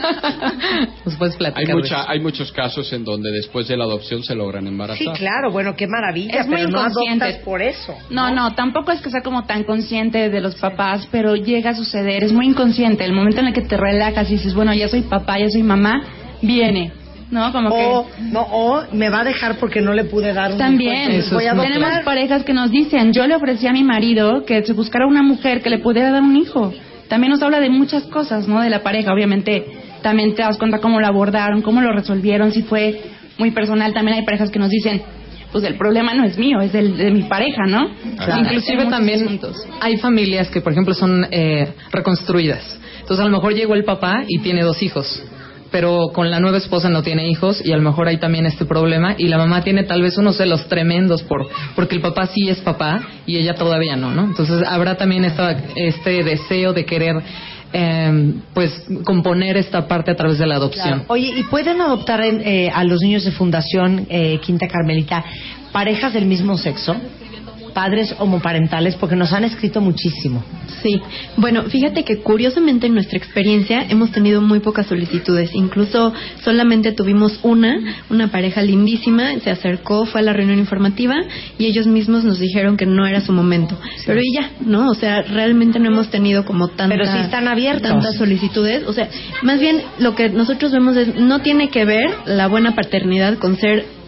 ¿Nos puedes platicar? Hay, mucha, hay muchos casos en donde después de la adopción se logran embarazar. Sí, claro, bueno, qué maravilla, es muy pero no inconsciente. adoptas por eso. No, no, tampoco es que sea como tan consciente de los papás, pero llega a suceder, es muy inconsciente. El momento en el que te relajas y dices, bueno, ya soy papá, ya soy mamá, viene, ¿no? Como o, que... no, o me va a dejar porque no le pude dar un También, hijo, voy a adoptar. Tenemos parejas que nos dicen, yo le ofrecí a mi marido que se buscara una mujer que le pudiera dar un hijo. También nos habla de muchas cosas, ¿no? De la pareja, obviamente, también te das cuenta cómo lo abordaron, cómo lo resolvieron, si fue muy personal. También hay parejas que nos dicen, pues el problema no es mío, es del, de mi pareja, ¿no? Claro. Inclusive también asuntos. Hay familias que, por ejemplo, son eh, reconstruidas. Entonces, a lo mejor llegó el papá y tiene dos hijos, pero con la nueva esposa no tiene hijos, y a lo mejor hay también este problema, y la mamá tiene tal vez unos celos tremendos por porque el papá sí es papá y ella todavía no, ¿no? Entonces habrá también esta, este deseo de querer eh, pues componer esta parte a través de la adopción. Claro. Oye, ¿y pueden adoptar en, eh, a los niños de Fundación eh, Quinta Carmelita parejas del mismo sexo? Padres homoparentales, porque nos han escrito muchísimo. Sí, bueno, fíjate que curiosamente en nuestra experiencia hemos tenido muy pocas solicitudes, incluso solamente tuvimos una, una pareja lindísima, se acercó, fue a la reunión informativa y ellos mismos nos dijeron que no era su momento, sí. Pero y ya, ¿no? O sea, realmente no hemos tenido como tanta, pero sí están abiertos. Tantas solicitudes, o sea, más bien lo que nosotros vemos es, no tiene que ver la buena paternidad con ser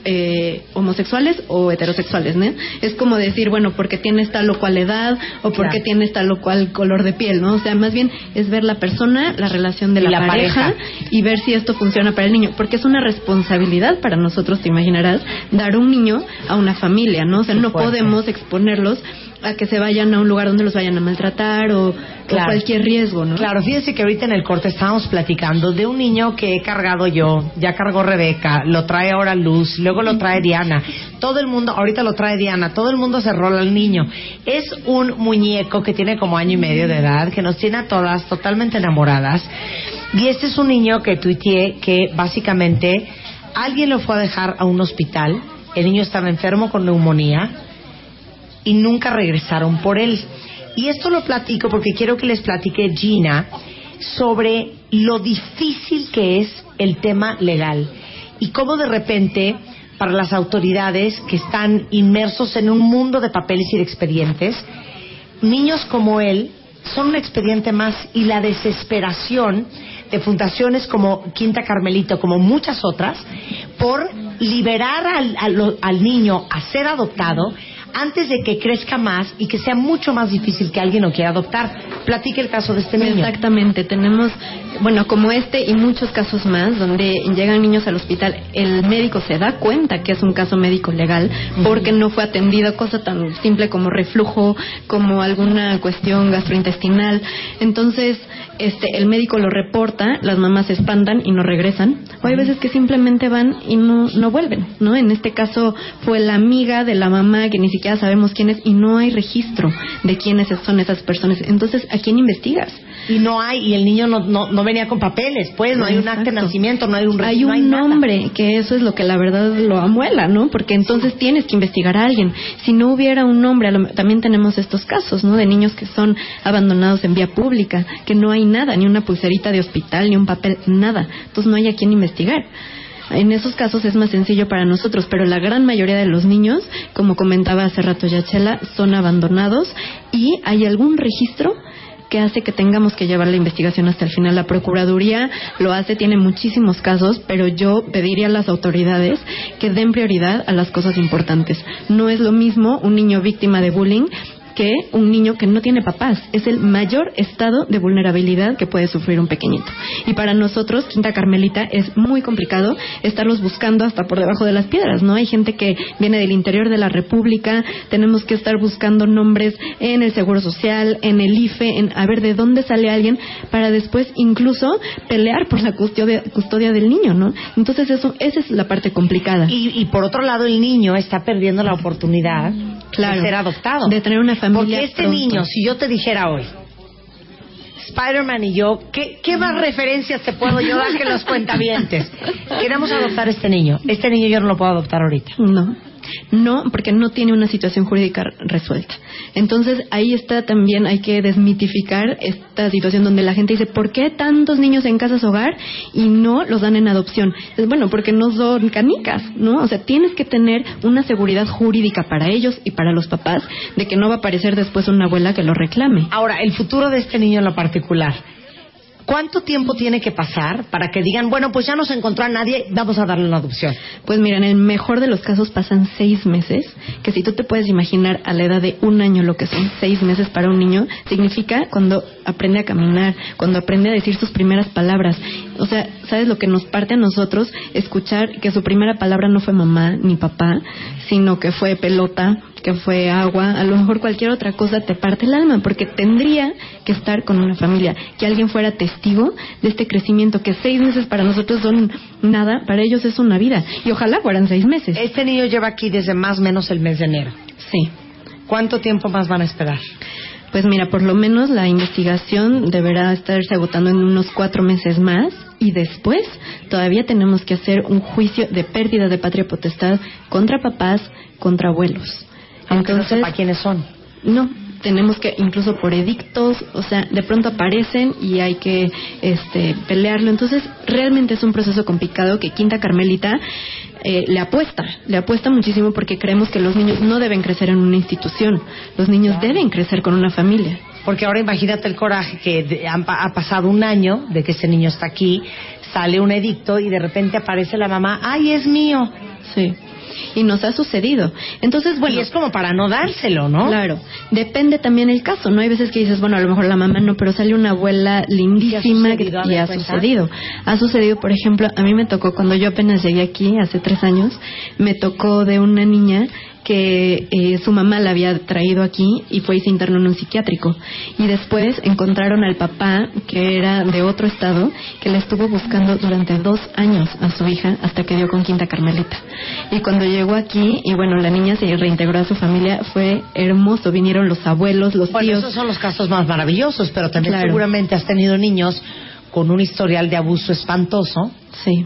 eh, homosexuales o heterosexuales, ¿no? Es como decir, bueno, porque tienes tal o cual edad o porque claro. tienes tal o cual color de piel, ¿no? O sea, más bien es ver la persona, la relación de la, la pareja, pareja y ver si esto funciona para el niño, porque es una responsabilidad para nosotros, te imaginarás, dar un niño a una familia, ¿no? O sea, no podemos exponerlos a que se vayan a un lugar donde los vayan a maltratar o, claro. o cualquier riesgo, ¿no? Claro, fíjense que ahorita en el corte estábamos platicando de un niño que he cargado yo, ya cargó Rebeca, lo trae ahora Luz, luego lo trae Diana, todo el mundo, ahorita lo trae Diana, todo el mundo se rola al niño. Es un muñeco que tiene como año y medio de edad, que nos tiene a todas totalmente enamoradas, y este es un niño que tuiteé que básicamente alguien lo fue a dejar a un hospital, el niño estaba enfermo con neumonía, y nunca regresaron por él. Y esto lo platico porque quiero que les platique Gina sobre lo difícil que es el tema legal y cómo de repente para las autoridades que están inmersos en un mundo de papeles y de expedientes, niños como él son un expediente más, y la desesperación de fundaciones como Quinta Carmelita, como muchas otras, por liberar al, al, al niño a ser adoptado antes de que crezca más y que sea mucho más difícil que alguien lo quiera adoptar. Platique el caso de este niño. Exactamente, tenemos, bueno, como este y muchos casos más donde llegan niños al hospital, el médico se da cuenta que es un caso médico legal porque no fue atendido, cosa tan simple como reflujo, como alguna cuestión gastrointestinal. Entonces, este, el médico lo reporta, las mamás se espantan y no regresan, o hay veces que simplemente van y no, no vuelven, ¿no? En este caso fue la amiga de la mamá que ni siquiera sabemos quién es y no hay registro de quiénes son esas personas. Entonces, ¿a quién investigas? Y no hay, y el niño no, no, no venía con papeles, pues, no hay un acta de nacimiento, no hay un Hay un no hay nombre, nada. Que eso es lo que la verdad lo amuela, ¿no? Porque entonces tienes que investigar a alguien. Si no hubiera un nombre, a lo- también tenemos estos casos, ¿no? De niños que son abandonados en vía pública, que no hay nada, ni una pulserita de hospital, ni un papel, nada. Entonces no hay a quién investigar. En esos casos es más sencillo para nosotros, pero la gran mayoría de los niños, como comentaba hace rato Yachela, son abandonados y hay algún registro que hace que tengamos que llevar la investigación hasta el final. La Procuraduría lo hace, tiene muchísimos casos, pero yo pediría a las autoridades que den prioridad a las cosas importantes. No es lo mismo un niño víctima de bullying que un niño que no tiene papás. Es el mayor estado de vulnerabilidad que puede sufrir un pequeñito. Y para nosotros, Quinta Carmelita, es muy complicado estarlos buscando hasta por debajo de las piedras, ¿no? Hay gente que viene del interior de la República, tenemos que estar buscando nombres en el Seguro Social, en el I F E, en a ver de dónde sale alguien, para después incluso pelear por la custodia, custodia del niño, ¿no? Entonces eso, esa es la parte complicada. Y, y por otro lado, el niño está perdiendo la oportunidad Claro, de ser adoptado. de tener una familia Porque este pronto. niño, si yo te dijera hoy, Spider-Man y yo, ¿qué, qué más referencias te puedo yo dar que los cuentavientes? Queremos adoptar a este niño. Este niño yo no lo puedo adoptar ahorita. No, no, porque no tiene una situación jurídica resuelta. Entonces, ahí está también, hay que desmitificar esta situación donde la gente dice, ¿por qué tantos niños en casas hogar y no los dan en adopción? Es bueno, porque no son canicas, ¿no? O sea, tienes que tener una seguridad jurídica para ellos y para los papás de que no va a aparecer después una abuela que lo reclame. Ahora, el futuro de este niño en lo particular, ¿cuánto tiempo tiene que pasar para que digan, bueno, pues ya no se encontró a nadie, vamos a darle una adopción? Pues mira, en el mejor de los casos pasan seis meses, que si tú te puedes imaginar a la edad de un año lo que son seis meses para un niño, significa cuando aprende a caminar, cuando aprende a decir sus primeras palabras. O sea, ¿sabes lo que nos parte a nosotros? Escuchar que su primera palabra no fue mamá ni papá, sino que fue pelota, que fue agua, a lo mejor cualquier otra cosa te parte el alma, porque tendría que estar con una familia, que alguien fuera testigo de este crecimiento, que seis meses para nosotros son nada, para ellos es una vida, y ojalá fueran seis meses. Este niño lleva aquí desde más o menos el mes de enero. Sí. ¿Cuánto tiempo más van a esperar? Pues mira, por lo menos la investigación deberá estarse agotando en unos cuatro meses más y después todavía tenemos que hacer un juicio de pérdida de patria potestad contra papás, contra abuelos. Aunque Entonces, no sepa quiénes son. No, tenemos que incluso por edictos, o sea, de pronto aparecen y hay que este, pelearlo. Entonces, realmente es un proceso complicado que Quinta Carmelita eh, le apuesta, le apuesta muchísimo porque creemos que los niños no deben crecer en una institución, los niños claro. deben crecer con una familia. Porque ahora imagínate el coraje que de, ha, ha pasado un año de que ese niño está aquí, sale un edicto y de repente aparece la mamá, ¡ay, es mío! Sí. y nos ha sucedido. Entonces, bueno, y es como para no dárselo, ¿no? Claro, depende también el caso, ¿no? Hay veces que dices, bueno, a lo mejor la mamá no, pero sale una abuela lindísima que y ha sucedido. Ha sucedido, por ejemplo, a mí me tocó cuando yo apenas llegué aquí hace tres años, me tocó de una niña que eh, su mamá la había traído aquí y fue y se internó en un psiquiátrico. Y después encontraron al papá, que era de otro estado, que la estuvo buscando durante dos años a su hija hasta que dio con Quinta Carmelita. Y cuando llegó aquí, y bueno, la niña se reintegró a su familia, fue hermoso. Vinieron los abuelos, los bueno, tíos. Esos son los casos más maravillosos, pero también claro. seguramente has tenido niños con un historial de abuso espantoso. Sí.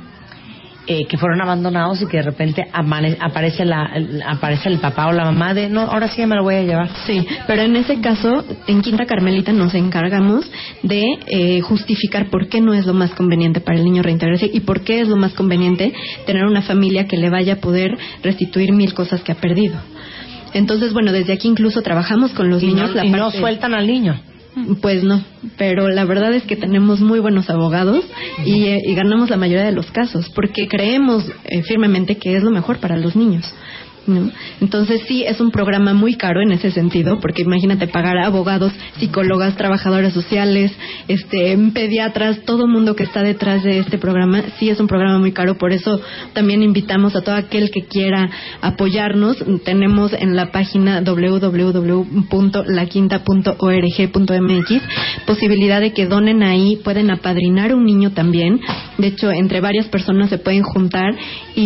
Eh, que fueron abandonados y que de repente amane- aparece la el, aparece el papá o la mamá de no, ahora sí me lo voy a llevar. Sí, pero en ese caso, en Quinta Carmelita nos encargamos de eh, justificar por qué no es lo más conveniente para el niño reintegrarse y por qué es lo más conveniente tener una familia que le vaya a poder restituir mil cosas que ha perdido. Entonces, bueno, desde aquí incluso trabajamos con los y niños. No, la y parte... no sueltan al niño. Pues no, pero la verdad es que tenemos muy buenos abogados y, eh, y ganamos la mayoría de los casos porque creemos eh, firmemente que es lo mejor para los niños, ¿no? Entonces sí, es un programa muy caro en ese sentido, porque imagínate pagar a abogados, psicólogas, trabajadoras sociales, este, pediatras, todo mundo que está detrás de este programa. Sí, es un programa muy caro, por eso también invitamos a todo aquel que quiera apoyarnos. Tenemos en la página doble u doble u doble u punto la quinta punto org punto m x posibilidad de que donen ahí, pueden apadrinar un niño también. De hecho, entre varias personas se pueden juntar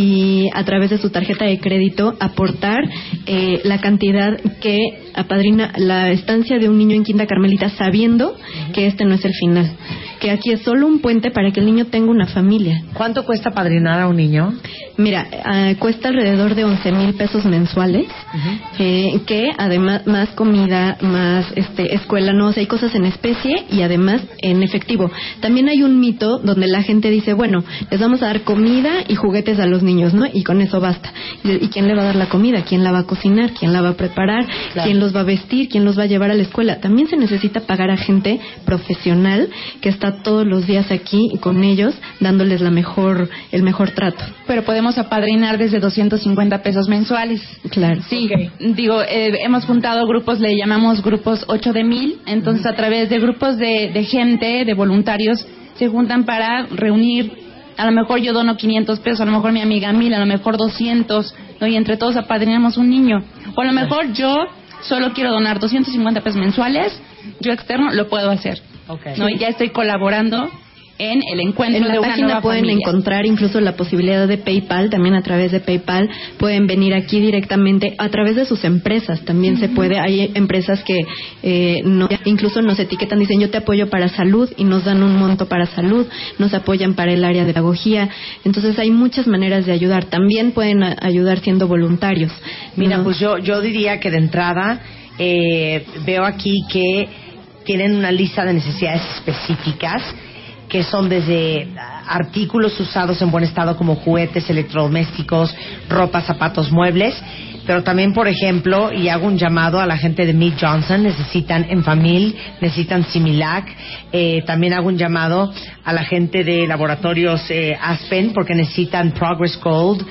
y a través de su tarjeta de crédito aportar eh, la cantidad que apadrina la estancia de un niño en Quinta Carmelita, sabiendo que este no es el final, que aquí es solo un puente para que el niño tenga una familia. ¿Cuánto cuesta apadrinar a un niño? Mira, uh, cuesta alrededor de once mil pesos mensuales, uh-huh. eh, que además más comida, más este escuela, no, o sea, hay cosas en especie y además en efectivo. También hay un mito donde la gente dice, bueno, les vamos a dar comida y juguetes a los niños, ¿no? Y con eso basta. ¿Y, y quién le va a dar la comida? ¿Quién la va a cocinar? ¿Quién la va a preparar? Claro. ¿Quién los va a vestir? ¿Quién los va a llevar a la escuela? También se necesita pagar a gente profesional que está todos los días aquí con ellos, dándoles la mejor, el mejor trato. Pero podemos apadrinar desde doscientos cincuenta pesos mensuales. Claro. Sí, okay. Digo, eh, hemos juntado grupos, le llamamos grupos ocho de mil, entonces uh-huh. a través de grupos de, de gente, de voluntarios, se juntan para reunir, a lo mejor yo dono quinientos pesos, a lo mejor mi amiga mil, a lo mejor doscientos, ¿no? Y entre todos apadrinamos un niño. O a lo mejor yo solo quiero donar doscientos cincuenta pesos mensuales, yo externo lo puedo hacer. Okay. ¿No? Y ya estoy colaborando en el encuentro en de la una página nueva pueden familia. Encontrar incluso la posibilidad de PayPal, también a través de PayPal pueden venir aquí directamente a través de sus empresas, también uh-huh. se puede. Hay empresas que eh, no, incluso nos etiquetan, dicen yo te apoyo para salud y nos dan un monto para salud, nos apoyan para el área de pedagogía. Entonces hay muchas maneras de ayudar. También pueden a, ayudar siendo voluntarios. Mira, ¿no? pues yo yo diría que de entrada eh, veo aquí que tienen una lista de necesidades específicas que son desde artículos usados en buen estado como juguetes, electrodomésticos, ropa, zapatos, muebles, pero también, por ejemplo, y hago un llamado a la gente de Mead Johnson, necesitan Enfamil, necesitan Similac, eh, también hago un llamado a la gente de laboratorios eh, Aspen, porque necesitan Progress Gold,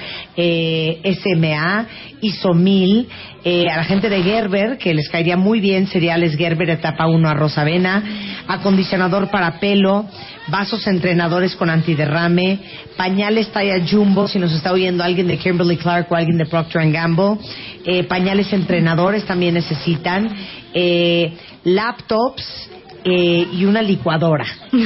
eh, S M A, Isomil, eh, a la gente de Gerber, que les caería muy bien cereales Gerber etapa uno arroz avena, acondicionador para pelo, vasos entrenadores con antiderrame, pañales talla jumbo, si nos está oyendo alguien de Kimberly Clark o alguien de Procter and Gamble, eh, pañales entrenadores también necesitan, eh, laptops, Eh, y una licuadora.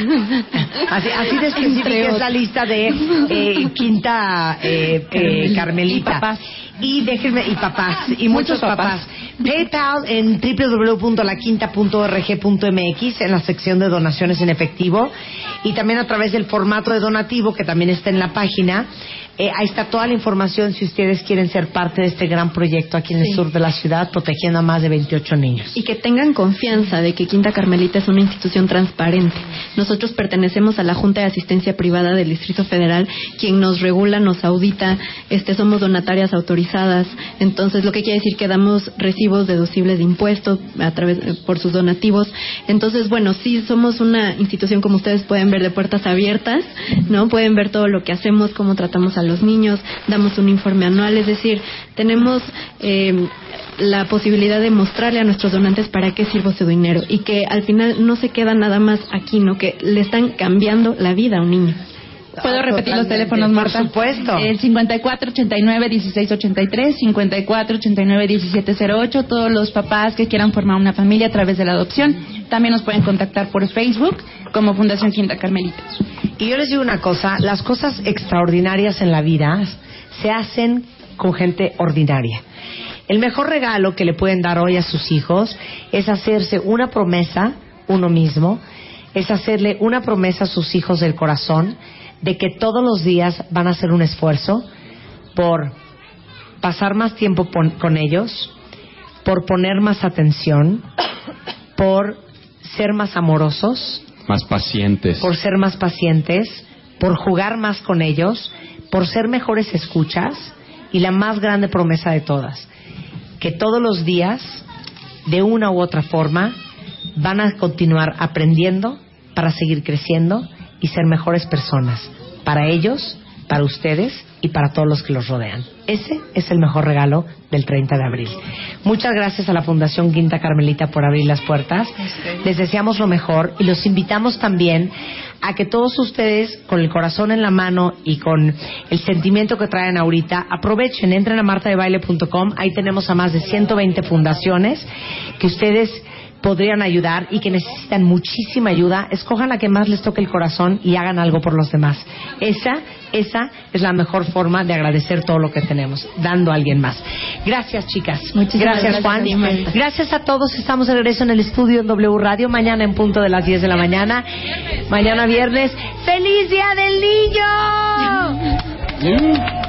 Así, así de específica es la lista de eh, Quinta eh, eh, Carmelita. Y papás. Y déjenme, y papás, y muchos, muchos papás. papás. PayPal en doble u doble u doble u punto la quinta punto org punto m x en la sección de donaciones en efectivo y también a través del formato de donativo que también está en la página. Eh, ahí está toda la información si ustedes quieren ser parte de este gran proyecto aquí en el sí. sur de la ciudad, protegiendo a más de veintiocho niños. Y que tengan confianza de que Quinta Carmelita es una institución transparente. Nosotros pertenecemos a la Junta de Asistencia Privada del Distrito Federal, quien nos regula, nos audita, este, somos donatarias autorizadas. Entonces, lo que quiere decir que damos recibos deducibles de impuestos a través por sus donativos. Entonces, bueno, sí somos una institución, como ustedes pueden ver, de puertas abiertas, ¿no? Pueden ver todo lo que hacemos, cómo tratamos a los los niños, damos un informe anual, es decir, tenemos eh, la posibilidad de mostrarle a nuestros donantes para qué sirve su dinero y que al final no se queda nada más aquí, ¿no? Que le están cambiando la vida a un niño. ¿Puedo Ah, repetir los totalmente. teléfonos, Marta? Por supuesto. El cincuenta y cuatro ochenta y nueve dieciséis ochenta y tres, cincuenta y cuatro ochenta y nueve diecisiete cero ocho. Todos los papás que quieran formar una familia a través de la adopción también nos pueden contactar por Facebook como Fundación Quinta Carmelita. Y yo les digo una cosa, las cosas extraordinarias en la vida se hacen con gente ordinaria. El mejor regalo que le pueden dar hoy a sus hijos es hacerse una promesa uno mismo, es hacerle una promesa a sus hijos del corazón de que todos los días van a hacer un esfuerzo por pasar más tiempo pon- con ellos, por poner más atención, por ser más amorosos, Más pacientes. por ser más pacientes, por jugar más con ellos, por ser mejores escuchas y la más grande promesa de todas, que todos los días, de una u otra forma, van a continuar aprendiendo para seguir creciendo y ser mejores personas, para ellos, para ustedes y para todos los que los rodean. Ese es el mejor regalo del treinta de abril. Muchas gracias a la Fundación Quinta Carmelita por abrir las puertas. Les deseamos lo mejor y los invitamos también a que todos ustedes, con el corazón en la mano y con el sentimiento que traen ahorita, aprovechen, entren a marta de baile punto com. Ahí tenemos a más de ciento veinte fundaciones que ustedes podrían ayudar y que necesitan muchísima ayuda. Escojan la que más les toque el corazón y hagan algo por los demás. Esa, esa es la mejor forma de agradecer todo lo que tenemos, dando a alguien más. Gracias, chicas. Muchísimas gracias, gracias Juan. a ti, Marta. Gracias a todos. Estamos de regreso en el estudio en W Radio mañana en punto de las diez de la mañana. Mañana viernes. ¡Feliz Día del Niño!